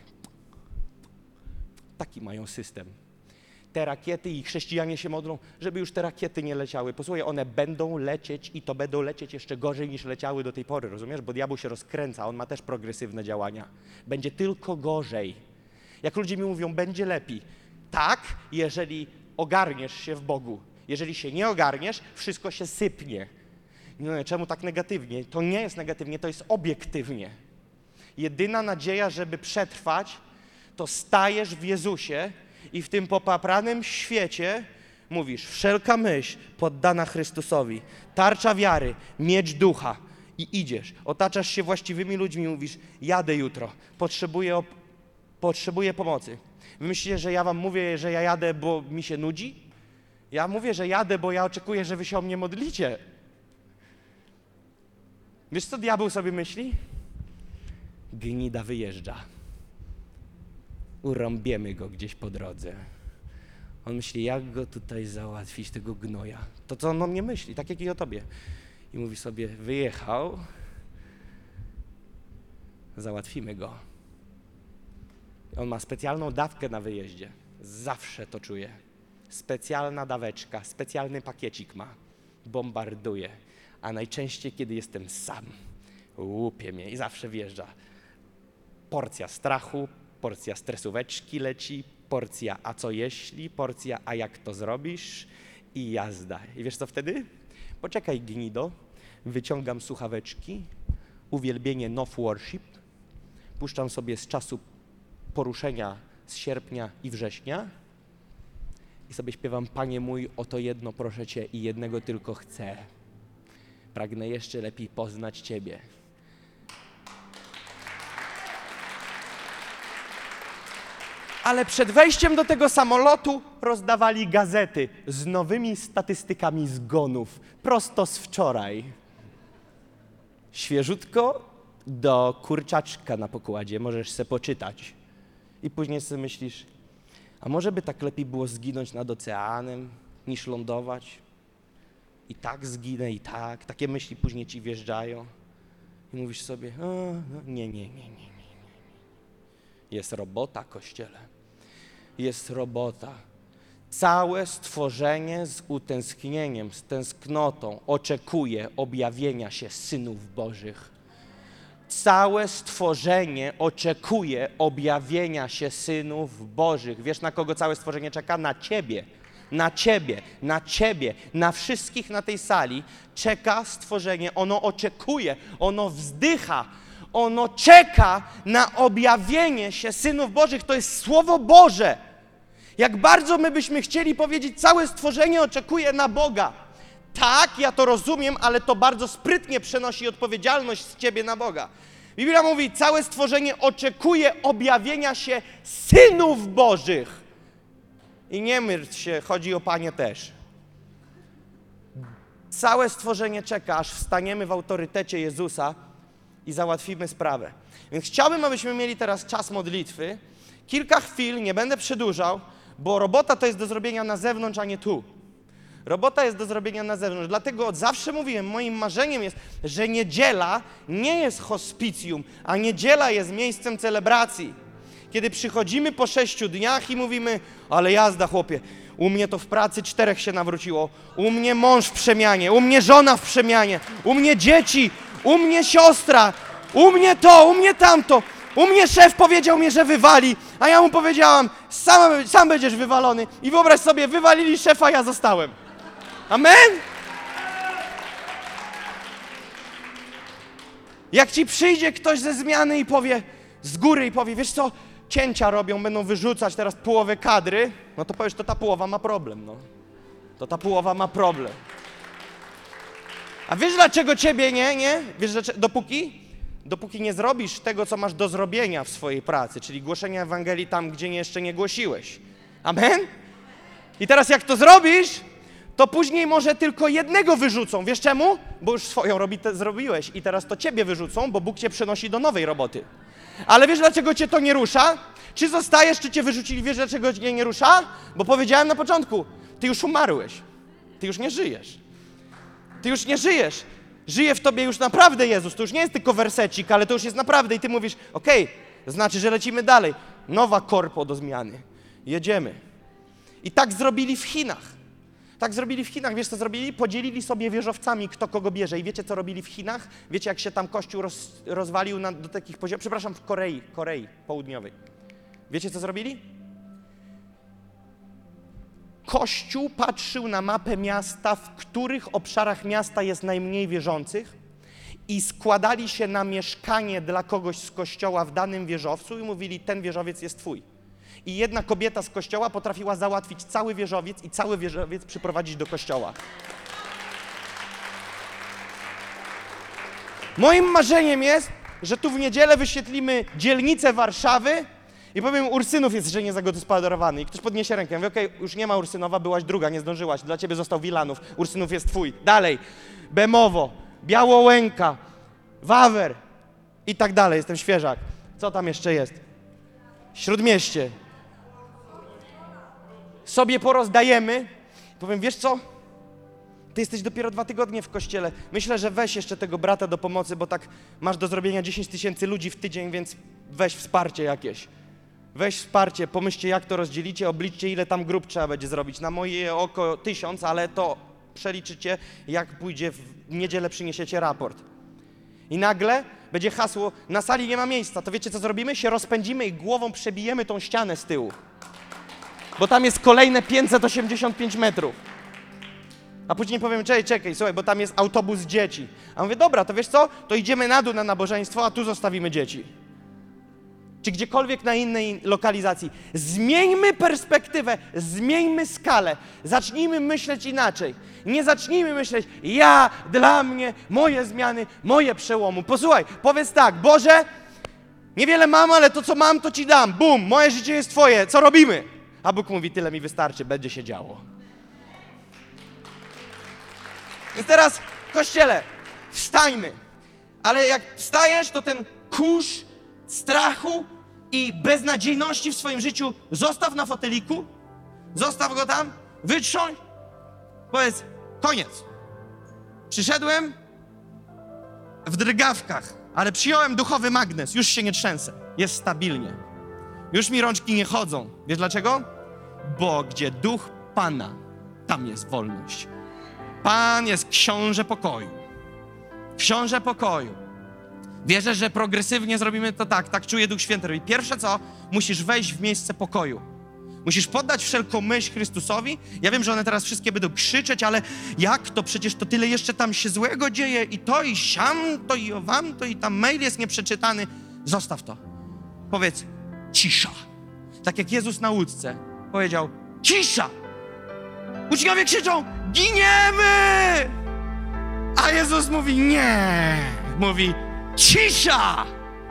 Taki mają system. Te rakiety i chrześcijanie się modlą, żeby już te rakiety nie leciały. Posłuchaj, one będą lecieć i to będą lecieć jeszcze gorzej niż leciały do tej pory, rozumiesz? Bo diabeł się rozkręca, on ma też progresywne działania. Będzie tylko gorzej. Jak ludzie mi mówią, będzie lepiej. Tak, jeżeli ogarniesz się w Bogu. Jeżeli się nie ogarniesz, wszystko się sypnie. No, czemu tak negatywnie? To nie jest negatywnie, to jest obiektywnie. Jedyna nadzieja, żeby przetrwać, to stajesz w Jezusie i w tym popapranym świecie mówisz, wszelka myśl poddana Chrystusowi, tarcza wiary, miecz ducha i idziesz. Otaczasz się właściwymi ludźmi, mówisz, jadę jutro, potrzebuję, op- potrzebuję pomocy. Wy myślicie, że ja wam mówię, że ja jadę, bo mi się nudzi? Ja mówię, że jadę, bo ja oczekuję, że wy się o mnie modlicie. Wiesz, co diabeł sobie myśli? Gnida wyjeżdża. Urąbiemy go gdzieś po drodze. On myśli, jak go tutaj załatwić, tego gnoja. To, co on o mnie myśli, tak jak i o tobie. I mówi sobie, wyjechał, załatwimy go. On ma specjalną dawkę na wyjeździe. Zawsze to czuje. Specjalna daweczka, specjalny pakiecik ma. Bombarduje. A najczęściej, kiedy jestem sam, łupie mnie i zawsze wjeżdża. Porcja strachu, porcja stresóweczki leci, porcja a co jeśli, porcja a jak to zrobisz i jazda. I wiesz co wtedy? Poczekaj, gnido, wyciągam słuchaweczki, uwielbienie Now Worship, puszczam sobie z czasu poruszenia z sierpnia i września i sobie śpiewam, Panie mój, o to jedno proszę Cię i jednego tylko chcę. Pragnę jeszcze lepiej poznać Ciebie. Ale przed wejściem do tego samolotu rozdawali gazety z nowymi statystykami zgonów, prosto z wczoraj. Świeżutko do kurczaczka na pokładzie, możesz se poczytać. I później sobie myślisz, a może by tak lepiej było zginąć nad oceanem, niż lądować? I tak zginę, i tak. Takie myśli później ci wjeżdżają. I mówisz sobie, o, no, nie, nie, nie, nie, nie. Jest robota, Kościele. Jest robota. Całe stworzenie z utęsknieniem, z tęsknotą oczekuje objawienia się synów Bożych. Całe stworzenie oczekuje objawienia się synów Bożych. Wiesz, na kogo całe stworzenie czeka? Na Ciebie. Na Ciebie, na Ciebie, na wszystkich na tej sali czeka stworzenie. Ono oczekuje, ono wzdycha. Ono czeka na objawienie się synów Bożych. To jest Słowo Boże. Jak bardzo my byśmy chcieli powiedzieć, całe stworzenie oczekuje na Boga. Tak, ja to rozumiem, ale to bardzo sprytnie przenosi odpowiedzialność z Ciebie na Boga. Biblia mówi, całe stworzenie oczekuje objawienia się synów Bożych. I nie martw się, chodzi o Panie też. Całe stworzenie czeka, aż wstaniemy w autorytecie Jezusa i załatwimy sprawę. Więc chciałbym, abyśmy mieli teraz czas modlitwy. Kilka chwil, nie będę przedłużał, bo robota to jest do zrobienia na zewnątrz, a nie tu. Robota jest do zrobienia na zewnątrz. Dlatego od zawsze mówiłem, moim marzeniem jest, że niedziela nie jest hospicjum, a niedziela jest miejscem celebracji. Kiedy przychodzimy po sześciu dniach i mówimy, ale jazda chłopie, u mnie to w pracy czterech się nawróciło, u mnie mąż w przemianie, u mnie żona w przemianie, u mnie dzieci, u mnie siostra, u mnie to, u mnie tamto. U mnie szef powiedział mnie, że wywali, a ja mu powiedziałam, sam, sam będziesz wywalony. I wyobraź sobie, wywalili szefa, ja zostałem. Amen? Jak ci przyjdzie ktoś ze zmiany i powie, z góry i powie, wiesz co, cięcia robią, będą wyrzucać teraz połowę kadry, no to powiesz, to ta połowa ma problem, no. To ta połowa ma problem. A wiesz dlaczego ciebie nie, nie? Wiesz dlaczego, dopóki? Dopóki nie zrobisz tego, co masz do zrobienia w swojej pracy, czyli głoszenia Ewangelii tam, gdzie jeszcze nie głosiłeś. Amen? I teraz jak to zrobisz, to później może tylko jednego wyrzucą. Wiesz czemu? Bo już swoją robitę zrobiłeś i teraz to ciebie wyrzucą, bo Bóg cię przenosi do nowej roboty. Ale wiesz, dlaczego cię to nie rusza? Czy zostajesz, czy cię wyrzucili? Wiesz, dlaczego cię nie rusza? Bo powiedziałem na początku, ty już umarłeś. Ty już nie żyjesz. Ty już nie żyjesz. Żyje w tobie już naprawdę Jezus. To już nie jest tylko wersecik, ale to już jest naprawdę. I ty mówisz, okej, okay, znaczy, że lecimy dalej. Nowa korpo do zmiany. Jedziemy. I tak zrobili w Chinach. Tak zrobili w Chinach. Wiesz, co zrobili? Podzielili sobie wieżowcami, kto kogo bierze. I wiecie, co robili w Chinach? Wiecie, jak się tam Kościół roz, rozwalił na, do takich poziomów? Przepraszam, w Korei, Korei Południowej. Wiecie, co zrobili? Kościół patrzył na mapę miasta, w których obszarach miasta jest najmniej wierzących i składali się na mieszkanie dla kogoś z kościoła w danym wieżowcu i mówili, ten wieżowiec jest twój. I jedna kobieta z kościoła potrafiła załatwić cały wieżowiec i cały wieżowiec przyprowadzić do kościoła. Moim marzeniem jest, że tu w niedzielę wyświetlimy dzielnicę Warszawy i powiem, Ursynów jest jeszcze niezagospodarowany. I ktoś podniesie rękę. Ja mówię, okej, okay, już nie ma Ursynowa, byłaś druga, nie zdążyłaś. Dla ciebie został Wilanów. Ursynów jest twój. Dalej. Bemowo, Białołęka, Wawer i tak dalej. Jestem świeżak. Co tam jeszcze jest? Śródmieście. Sobie porozdajemy. Powiem, wiesz co? Ty jesteś dopiero dwa tygodnie w kościele. Myślę, że weź jeszcze tego brata do pomocy, bo tak masz do zrobienia dziesięć tysięcy ludzi w tydzień, więc weź wsparcie jakieś. Weź wsparcie, pomyślcie, jak to rozdzielicie, obliczcie, ile tam grup trzeba będzie zrobić. Na moje oko tysiąc, ale to przeliczycie, jak pójdzie w niedzielę, przyniesiecie raport. I nagle będzie hasło, na sali nie ma miejsca, to wiecie, co zrobimy? Się rozpędzimy i głową przebijemy tą ścianę z tyłu. Bo tam jest kolejne pięćset osiemdziesiąt pięć metrów. A później powiem, czekaj, czekaj, słuchaj, bo tam jest autobus dzieci. A mówię, dobra, to wiesz co, to idziemy na dół na nabożeństwo, a tu zostawimy dzieci. Czy gdziekolwiek na innej lokalizacji. Zmieńmy perspektywę, zmieńmy skalę, zacznijmy myśleć inaczej. Nie zacznijmy myśleć, ja, dla mnie, moje zmiany, moje przełomu. Posłuchaj, powiedz tak, Boże, niewiele mam, ale to co mam, to Ci dam. Bum, moje życie jest Twoje, co robimy? A Bóg mówi, tyle mi wystarczy, będzie się działo. Więc teraz, Kościele, wstańmy. Ale jak wstajesz, to ten kurz strachu i beznadziejności w swoim życiu zostaw na foteliku, zostaw go tam, wytrząść, powiedz, koniec. Przyszedłem w drgawkach, ale przyjąłem duchowy magnes, już się nie trzęsę, jest stabilnie. Już mi rączki nie chodzą. Wiesz dlaczego? Bo gdzie duch Pana, tam jest wolność. Pan jest książę pokoju. Książę pokoju. Wierzę, że progresywnie zrobimy to tak, tak czuje Duch Święty. I pierwsze co, musisz wejść w miejsce pokoju. Musisz poddać wszelką myśl Chrystusowi. Ja wiem, że one teraz wszystkie będą krzyczeć, ale jak to? Przecież to tyle jeszcze tam się złego dzieje i to, i siam, to, i owam, to, i tam mail jest nieprzeczytany. Zostaw to. Powiedz, cisza. Tak jak Jezus na łódce powiedział, cisza! Uczniowie krzyczą, giniemy! A Jezus mówi, nie! Mówi, cisza!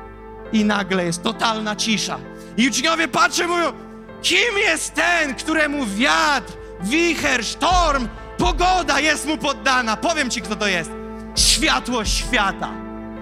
I nagle jest totalna cisza. I uczniowie patrzą i mówią, kim jest ten, któremu wiatr, wicher, sztorm, pogoda jest mu poddana? Powiem ci, kto to jest. Światłość świata.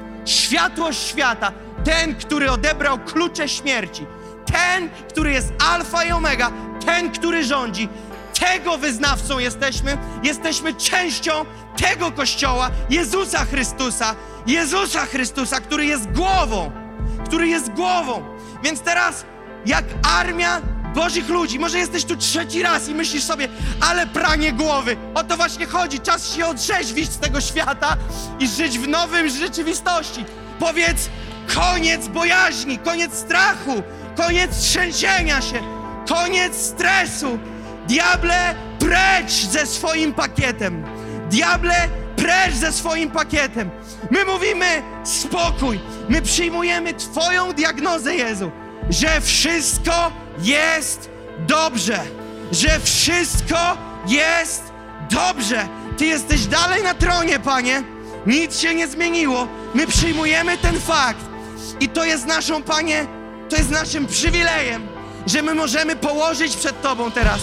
Światłość świata. Ten, który odebrał klucze śmierci. Ten, który jest alfa i omega. Ten, który rządzi. Tego wyznawcą jesteśmy. Jesteśmy częścią tego Kościoła, Jezusa Chrystusa. Jezusa Chrystusa, który jest głową. Który jest głową. Więc teraz, jak armia Bożych ludzi, może jesteś tu trzeci raz i myślisz sobie, ale pranie głowy. O to właśnie chodzi. Czas się otrzeźwić z tego świata i żyć w nowym rzeczywistości. Powiedz, koniec bojaźni, koniec strachu, koniec trzęsienia się, koniec stresu. Diable, precz ze swoim pakietem. Diable, precz ze swoim pakietem. My mówimy spokój. My przyjmujemy Twoją diagnozę, Jezu, że wszystko jest dobrze. Że wszystko jest dobrze. Ty jesteś dalej na tronie, Panie. Nic się nie zmieniło. My przyjmujemy ten fakt. I to jest naszą, Panie, to jest naszym przywilejem, że my możemy położyć przed Tobą teraz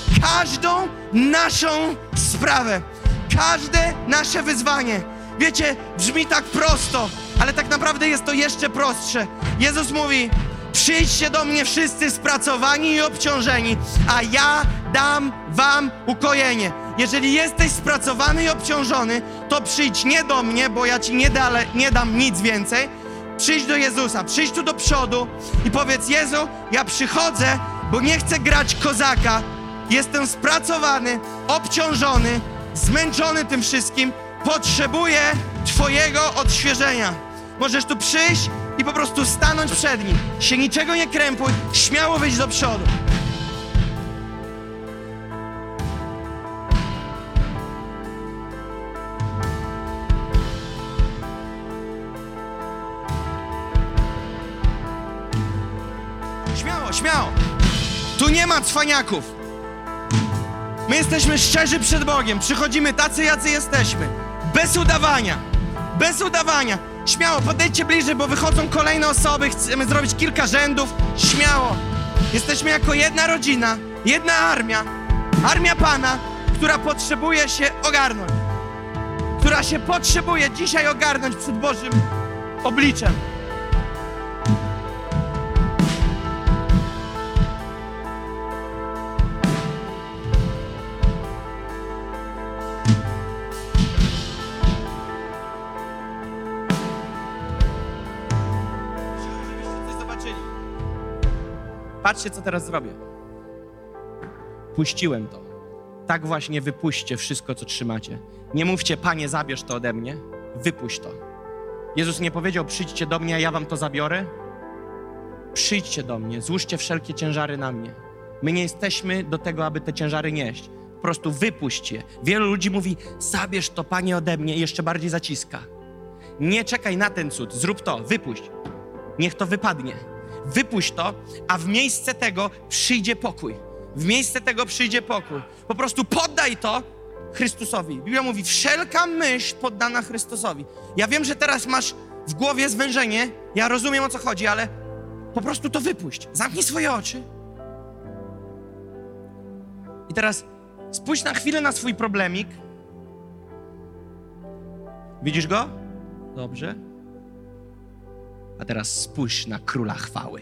każdą naszą sprawę, każde nasze wyzwanie. Wiecie, brzmi tak prosto, ale tak naprawdę jest to jeszcze prostsze. Jezus mówi, przyjdźcie do mnie wszyscy spracowani i obciążeni, a ja dam wam ukojenie. Jeżeli jesteś spracowany i obciążony, to przyjdź nie do mnie, bo ja ci nie, da, nie dam nic więcej. Przyjdź do Jezusa, przyjdź tu do przodu i powiedz, Jezu, ja przychodzę, bo nie chcę grać kozaka. Jestem spracowany, obciążony, zmęczony tym wszystkim. Potrzebuję Twojego odświeżenia. Możesz tu przyjść i po prostu stanąć przed Nim. Się niczego nie krępuj, śmiało wyjść do przodu. Śmiało. Tu nie ma cwaniaków. My jesteśmy szczerzy przed Bogiem. Przychodzimy tacy, jacy jesteśmy. Bez udawania. Bez udawania. Śmiało, podejdźcie bliżej, bo wychodzą kolejne osoby. Chcemy zrobić kilka rzędów. Śmiało. Jesteśmy jako jedna rodzina, jedna armia. Armia Pana, która potrzebuje się ogarnąć. Która się potrzebuje dzisiaj ogarnąć przed Bożym obliczem. Patrzcie, co teraz zrobię. Puściłem to. Tak właśnie wypuśćcie wszystko, co trzymacie. Nie mówcie, Panie, zabierz to ode mnie. Wypuść to. Jezus nie powiedział, przyjdźcie do mnie, a ja wam to zabiorę. Przyjdźcie do mnie, złóżcie wszelkie ciężary na mnie. My nie jesteśmy do tego, aby te ciężary nieść. Po prostu wypuść je. Wielu ludzi mówi, zabierz to, Panie, ode mnie i jeszcze bardziej zaciska. Nie czekaj na ten cud, zrób to, wypuść. Niech to wypadnie. Wypuść to, a w miejsce tego przyjdzie pokój. W miejsce tego przyjdzie pokój. Po prostu poddaj to Chrystusowi. Biblia mówi, wszelka myśl poddana Chrystusowi. Ja wiem, że teraz masz w głowie zwężenie, ja rozumiem, o co chodzi, ale po prostu to wypuść. Zamknij swoje oczy. I teraz spójrz na chwilę na swój problemik. Widzisz go? Dobrze. A teraz spójrz na Króla Chwały.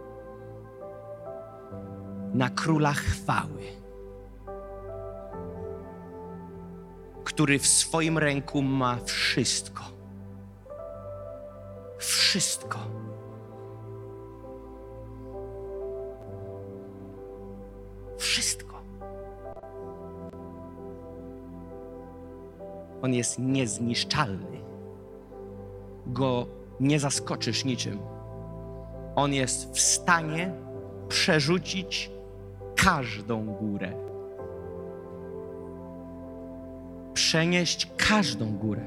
Na Króla Chwały, który w swoim ręku ma wszystko. Wszystko. Wszystko. On jest niezniszczalny. Go nie zaskoczysz niczym. On jest w stanie przerzucić każdą górę. Przenieść każdą górę.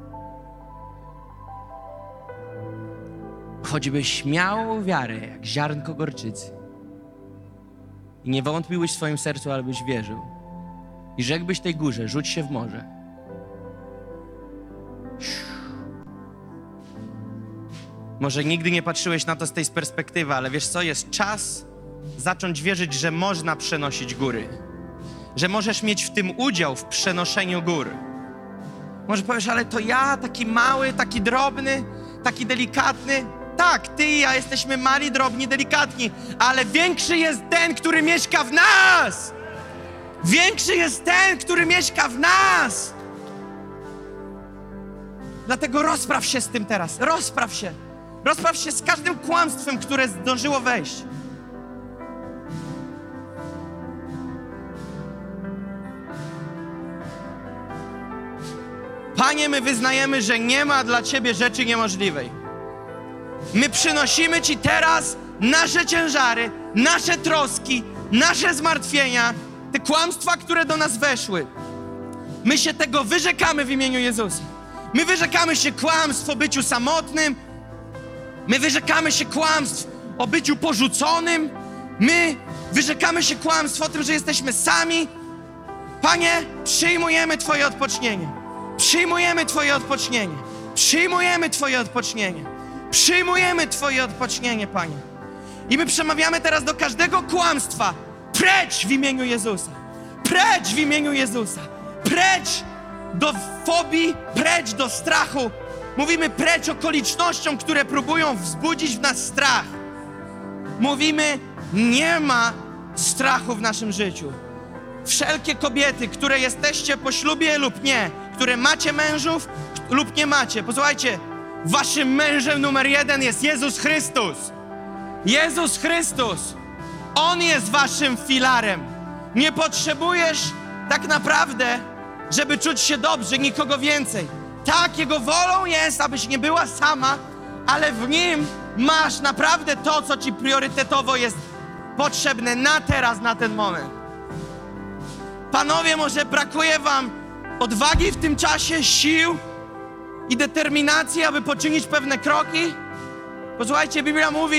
Choćbyś miał wiarę jak ziarnko gorczycy i nie wątpiłbyś w swoim sercu, ale byś wierzył i rzekłbyś tej górze, rzuć się w morze. Może nigdy nie patrzyłeś na to z tej perspektywy, ale wiesz co? Jest czas zacząć wierzyć, że można przenosić góry. Że możesz mieć w tym udział, w przenoszeniu gór. Może powiesz, ale to ja, taki mały, taki drobny, taki delikatny. Tak, ty i ja jesteśmy mali, drobni, delikatni, ale większy jest ten, który mieszka w nas! Większy jest ten, który mieszka w nas! Dlatego rozpraw się z tym teraz, rozpraw się. Rozpraw się z każdym kłamstwem, które zdążyło wejść. Panie, my wyznajemy, że nie ma dla Ciebie rzeczy niemożliwej. My przynosimy Ci teraz nasze ciężary, nasze troski, nasze zmartwienia, te kłamstwa, które do nas weszły. My się tego wyrzekamy w imieniu Jezusa. My wyrzekamy się kłamstw o byciu samotnym. My wyrzekamy się kłamstw o byciu porzuconym. My wyrzekamy się kłamstw o tym, że jesteśmy sami. Panie, przyjmujemy Twoje odpocznienie. Przyjmujemy Twoje odpocznienie. Przyjmujemy Twoje odpocznienie. Przyjmujemy Twoje odpocznienie, Panie. I my przemawiamy teraz do każdego kłamstwa. Precz w imieniu Jezusa. Precz w imieniu Jezusa. Precz do fobii, precz do strachu. Mówimy precz okolicznościom, które próbują wzbudzić w nas strach. Mówimy, nie ma strachu w naszym życiu. Wszelkie kobiety, które jesteście po ślubie lub nie, które macie mężów lub nie macie, posłuchajcie, waszym mężem numer jeden jest Jezus Chrystus. Jezus Chrystus. On jest waszym filarem. Nie potrzebujesz tak naprawdę, żeby czuć się dobrze, nikogo więcej. Tak, Jego wolą jest, abyś nie była sama, ale w Nim masz naprawdę to, co ci priorytetowo jest potrzebne na teraz, na ten moment. Panowie, może brakuje wam odwagi w tym czasie, sił i determinacji, aby poczynić pewne kroki? Posłuchajcie, Biblia mówi,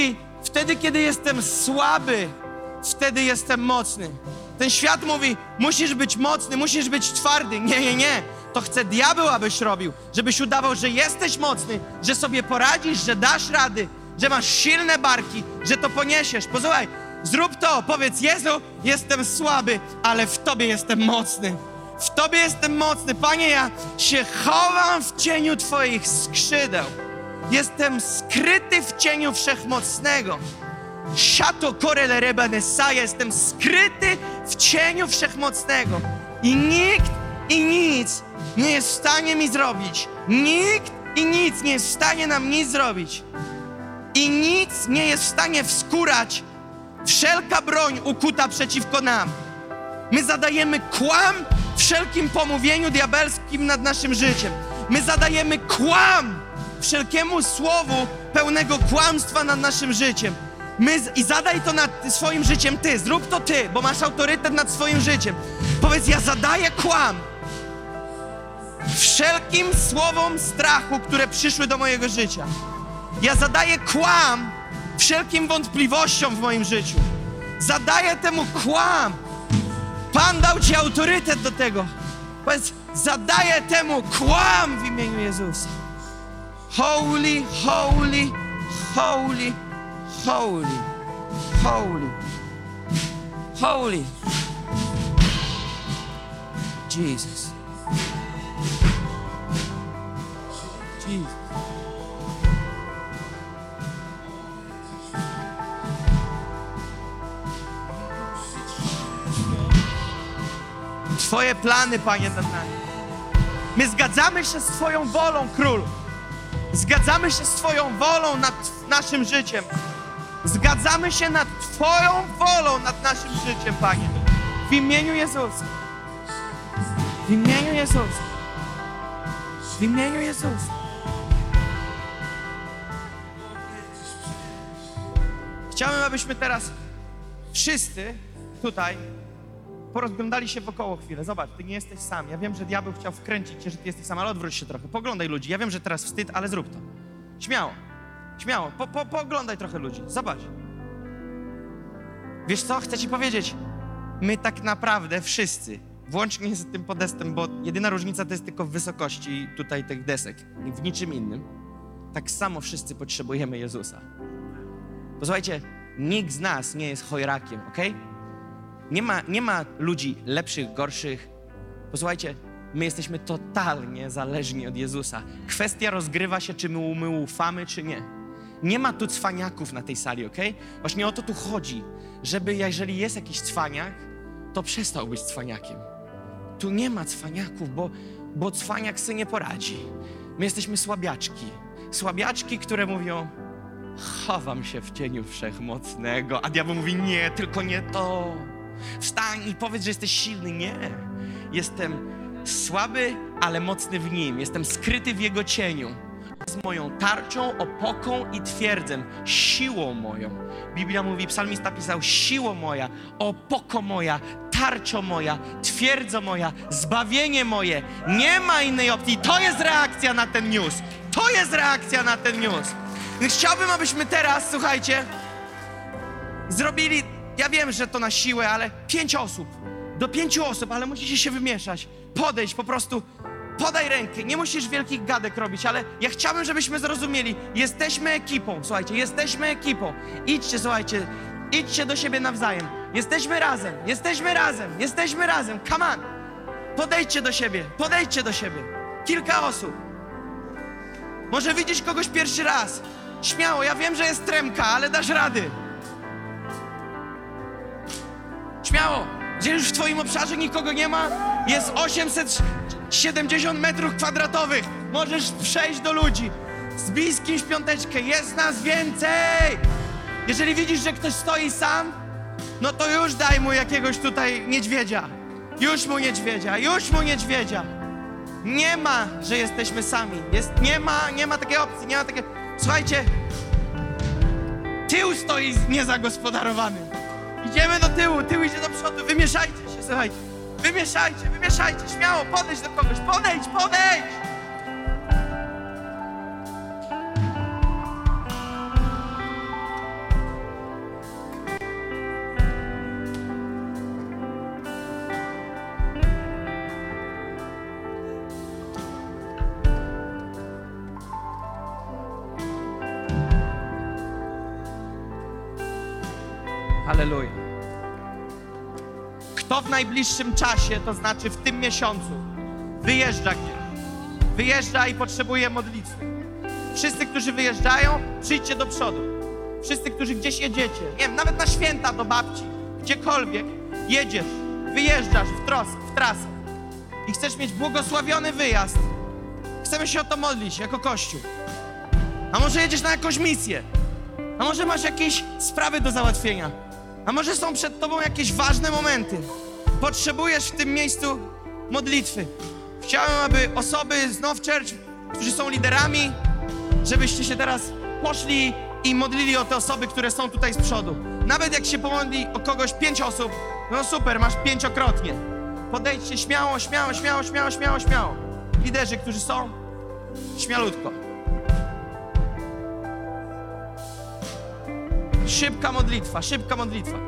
Wtedy, kiedy jestem słaby, wtedy jestem mocny. Ten świat mówi, musisz być mocny, musisz być twardy. Nie, nie, nie. To chce diabeł, abyś robił. Żebyś udawał, że jesteś mocny, że sobie poradzisz, że dasz rady, że masz silne barki, że to poniesiesz. Posłuchaj, zrób to. Powiedz, Jezu, jestem słaby, ale w Tobie jestem mocny. W Tobie jestem mocny. Panie, ja się chowam w cieniu Twoich skrzydeł. Jestem skryty w cieniu Wszechmocnego. Shato korele rebanesa, jestem skryty w cieniu Wszechmocnego. I nikt i nic nie jest w stanie mi zrobić. Nikt i nic nie jest w stanie nam nic zrobić. I nic nie jest w stanie wskórać wszelka broń ukuta przeciwko nam. My zadajemy kłam wszelkim pomówieniu diabelskim nad naszym życiem. My zadajemy kłam wszelkiemu słowu pełnego kłamstwa nad naszym życiem. My z... I zadaj to nad swoim życiem ty. Zrób to ty, bo masz autorytet nad swoim życiem. Powiedz, ja zadaję kłam wszelkim słowom strachu, które przyszły do mojego życia. Ja zadaję kłam wszelkim wątpliwościom w moim życiu. Zadaję temu kłam. Pan dał Ci autorytet do tego. Powiedz, zadaję temu kłam w imieniu Jezusa. Holy, holy, holy, holy, holy, holy. Jesus. Jesus. Twoje plany, Panie, nad nami. My zgadzamy się z Twoją wolą, Królu. Zgadzamy się z Twoją wolą nad naszym życiem. Zgadzamy się nad Twoją wolą nad naszym życiem, Panie. W imieniu Jezusa. W imieniu Jezusa. W imieniu Jezusa. Chciałbym, abyśmy teraz wszyscy tutaj porozglądali się wokoło chwilę. Zobacz, ty nie jesteś sam. Ja wiem, że diabeł chciał wkręcić cię, że ty jesteś sam, ale odwróć się trochę. Poglądaj ludzi. Ja wiem, że teraz wstyd, ale zrób to. Śmiało. Śmiało. Po, po, pooglądaj trochę ludzi. Zobacz. Wiesz co? Chcę ci powiedzieć. My tak naprawdę wszyscy, włącznie z tym podestem, bo jedyna różnica to jest tylko w wysokości tutaj tych desek. W niczym innym. Tak samo wszyscy potrzebujemy Jezusa. Posłuchajcie, nikt z nas nie jest chojrakiem, okej? Okay? Nie ma, nie ma ludzi lepszych, gorszych. Posłuchajcie, my jesteśmy totalnie zależni od Jezusa. Kwestia rozgrywa się, czy my mu ufamy, czy nie. Nie ma tu cwaniaków na tej sali, okej? Okay? Właśnie o to tu chodzi, żeby jeżeli jest jakiś cwaniak, to przestał być cwaniakiem. Tu nie ma cwaniaków, bo, bo cwaniak sobie nie poradzi. My jesteśmy słabiaczki. Słabiaczki, które mówią, chowam się w cieniu Wszechmocnego, a diabeł mówi, nie, tylko nie to. Wstań i powiedz, że jesteś silny. Nie. Jestem słaby, ale mocny w Nim. Jestem skryty w Jego cieniu. Z moją tarczą, opoką i twierdzem, siłą moją. Biblia mówi, psalmista pisał, siło moja, opoko moja, tarczo moja, twierdzo moja, zbawienie moje. Nie ma innej opcji. To jest reakcja na ten news. To jest reakcja na ten news. Więc chciałbym, abyśmy teraz, słuchajcie, zrobili, ja wiem, że to na siłę, ale pięć osób, do pięciu osób, ale musicie się wymieszać, podejść, po prostu podaj rękę, nie musisz wielkich gadek robić, ale ja chciałbym, żebyśmy zrozumieli, jesteśmy ekipą, słuchajcie, jesteśmy ekipą, idźcie, słuchajcie, idźcie do siebie nawzajem, jesteśmy razem, jesteśmy razem, jesteśmy razem, come on, podejdźcie do siebie, podejdźcie do siebie, kilka osób, może widzisz kogoś pierwszy raz, śmiało, ja wiem, że jest tremka, ale dasz rady. Śmiało, gdzie już w twoim obszarze nikogo nie ma, jest osiemset siedemdziesiąt metrów kwadratowych. Możesz przejść do ludzi. Zbij z kimś piąteczkę, jest nas więcej. Jeżeli widzisz, że ktoś stoi sam, no to już daj mu jakiegoś tutaj niedźwiedzia. Już mu niedźwiedzia, już mu niedźwiedzia. Nie ma, że jesteśmy sami. Jest, nie ma, nie ma takiej opcji, nie ma takiej... Słuchajcie, tył stoi niezagospodarowany. Idziemy do tyłu, tył idzie do przodu, wymieszajcie się, słuchajcie. Wymieszajcie, wymieszajcie, śmiało, podejdź do kogoś, podejdź, podejdź! Halleluja. Kto w najbliższym czasie, to znaczy w tym miesiącu, wyjeżdża gdzieś, wyjeżdża i potrzebuje modlitwy. Wszyscy, którzy wyjeżdżają, przyjdźcie do przodu. Wszyscy, którzy gdzieś jedziecie, nie wiem, nawet na święta do babci, gdziekolwiek jedziesz, wyjeżdżasz w, tros, w trasę i chcesz mieć błogosławiony wyjazd, chcemy się o to modlić jako Kościół. A może jedziesz na jakąś misję, a może masz jakieś sprawy do załatwienia, a może są przed tobą jakieś ważne momenty. Potrzebujesz w tym miejscu modlitwy. Chciałem, aby osoby z Now Church, którzy są liderami, żebyście się teraz poszli i modlili o te osoby, które są tutaj z przodu. Nawet jak się pomodli o kogoś pięć osób, no super, masz pięciokrotnie. Podejdźcie śmiało, śmiało, śmiało, śmiało, śmiało, śmiało. Liderzy, którzy są, śmialutko. Szybka modlitwa, szybka modlitwa.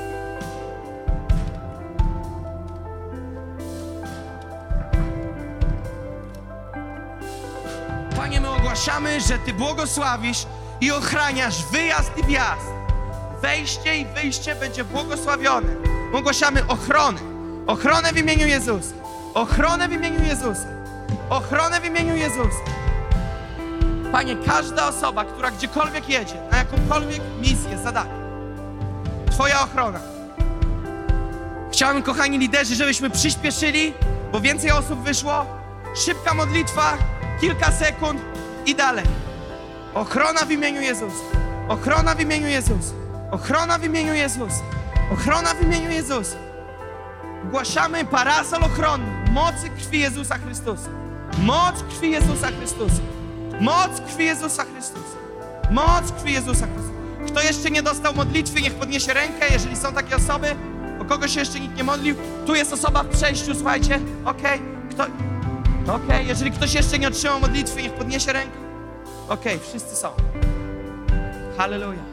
Panie, my ogłaszamy, że Ty błogosławisz i ochraniasz wyjazd i wjazd. Wejście i wyjście będzie błogosławione. My ogłaszamy ochronę. Ochronę w imieniu Jezusa. Ochronę w imieniu Jezusa. Ochronę w imieniu Jezusa. Panie, każda osoba, która gdziekolwiek jedzie, na jakąkolwiek misję, zadanie, Twoja ochrona. Chciałem, kochani liderzy, żebyśmy przyspieszyli, bo więcej osób wyszło. Szybka modlitwa, kilka sekund i dalej. Ochrona w imieniu Jezusa. Ochrona w imieniu Jezusa. Ochrona w imieniu Jezusa. Ochrona w imieniu Jezusa. Ogłaszamy parasol ochronny mocy krwi Jezusa Chrystusa. Moc krwi Jezusa Chrystusa. Moc krwi Jezusa Chrystusa. Moc krwi Jezusa Chrystusa. Kto jeszcze nie dostał modlitwy, niech podniesie rękę, jeżeli są takie osoby. O kogo się jeszcze nikt nie modlił. Tu jest osoba w przejściu, słuchajcie. Okej. Okay. Kto... Okej, okay. Jeżeli ktoś jeszcze nie otrzymał modlitwy, niech podniesie rękę. Okej, okay. Wszyscy są. Halleluja.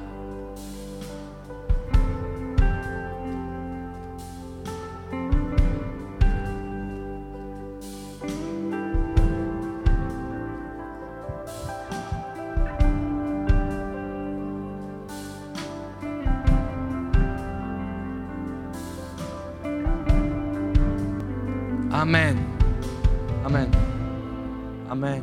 Amen. Amen. Amen.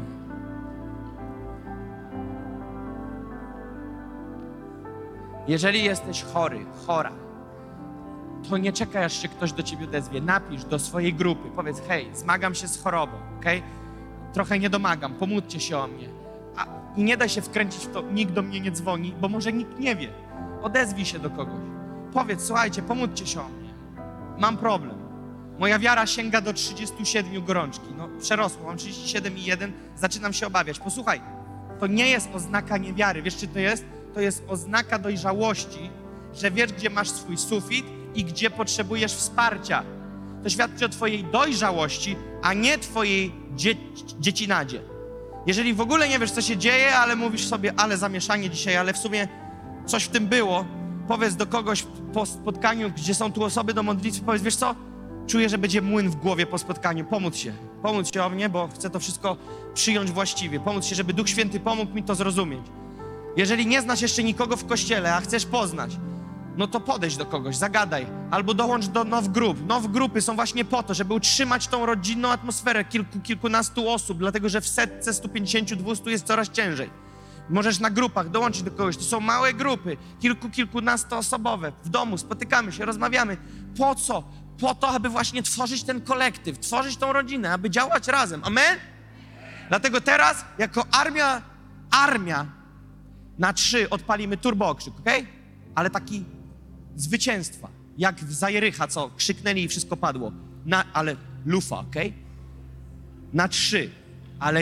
Jeżeli jesteś chory, chora, to nie czekaj, aż się ktoś do ciebie odezwie. Napisz do swojej grupy. Powiedz, hej, zmagam się z chorobą, okej? Okay? Trochę nie domagam, pomódlcie się o mnie. A, I nie da się wkręcić w to, nikt do mnie nie dzwoni, bo może nikt nie wie. Odezwij się do kogoś. Powiedz, słuchajcie, pomódlcie się o mnie. Mam problem. Moja wiara sięga do trzydziestu siedmiu gorączki. No, przerosło, mam trzydzieści siedem i jeden, zaczynam się obawiać. Posłuchaj, to nie jest oznaka niewiary. Wiesz, czy to jest? To jest oznaka dojrzałości, że wiesz, gdzie masz swój sufit i gdzie potrzebujesz wsparcia. To świadczy o twojej dojrzałości, a nie twojej dzie- dziecinadzie. Jeżeli w ogóle nie wiesz, co się dzieje, ale mówisz sobie, ale zamieszanie dzisiaj, ale w sumie coś w tym było, powiedz do kogoś po spotkaniu, gdzie są tu osoby do modlitwy, powiedz, wiesz co? Czuję, że będzie młyn w głowie po spotkaniu. Pomódl się. Pomódl się o mnie, bo chcę to wszystko przyjąć właściwie. Pomódl się, żeby Duch Święty pomógł mi to zrozumieć. Jeżeli nie znasz jeszcze nikogo w kościele, a chcesz poznać, no to podejdź do kogoś, zagadaj. Albo dołącz do Now Group. Now Grupy są właśnie po to, żeby utrzymać tą rodzinną atmosferę kilku, kilkunastu osób, dlatego że w setce sto pięćdziesiąt dwieście jest coraz ciężej. Możesz na grupach dołączyć do kogoś. To są małe grupy, kilku, kilkunastoosobowe. W domu spotykamy się, rozmawiamy. Po co? Po to, aby właśnie tworzyć ten kolektyw, tworzyć tą rodzinę, aby działać razem. Amen? Dlatego teraz, jako armia, armia na trzy odpalimy turbookrzyk, okej? Okay? Ale taki zwycięstwa. Jak w Zajerycha, co krzyknęli i wszystko padło. Na, ale lufa, okej? Okay? Na trzy. Ale...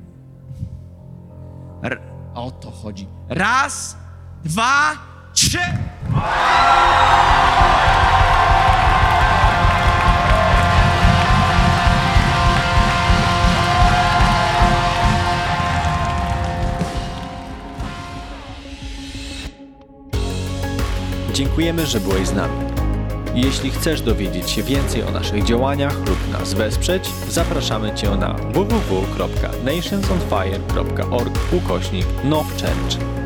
R... O to chodzi. Raz, dwa, trzy! Dziękujemy, że byłeś z nami. Jeśli chcesz dowiedzieć się więcej o naszych działaniach lub nas wesprzeć, zapraszamy Cię na w w w kropka nationsonfire kropka org ukośnik Now Church.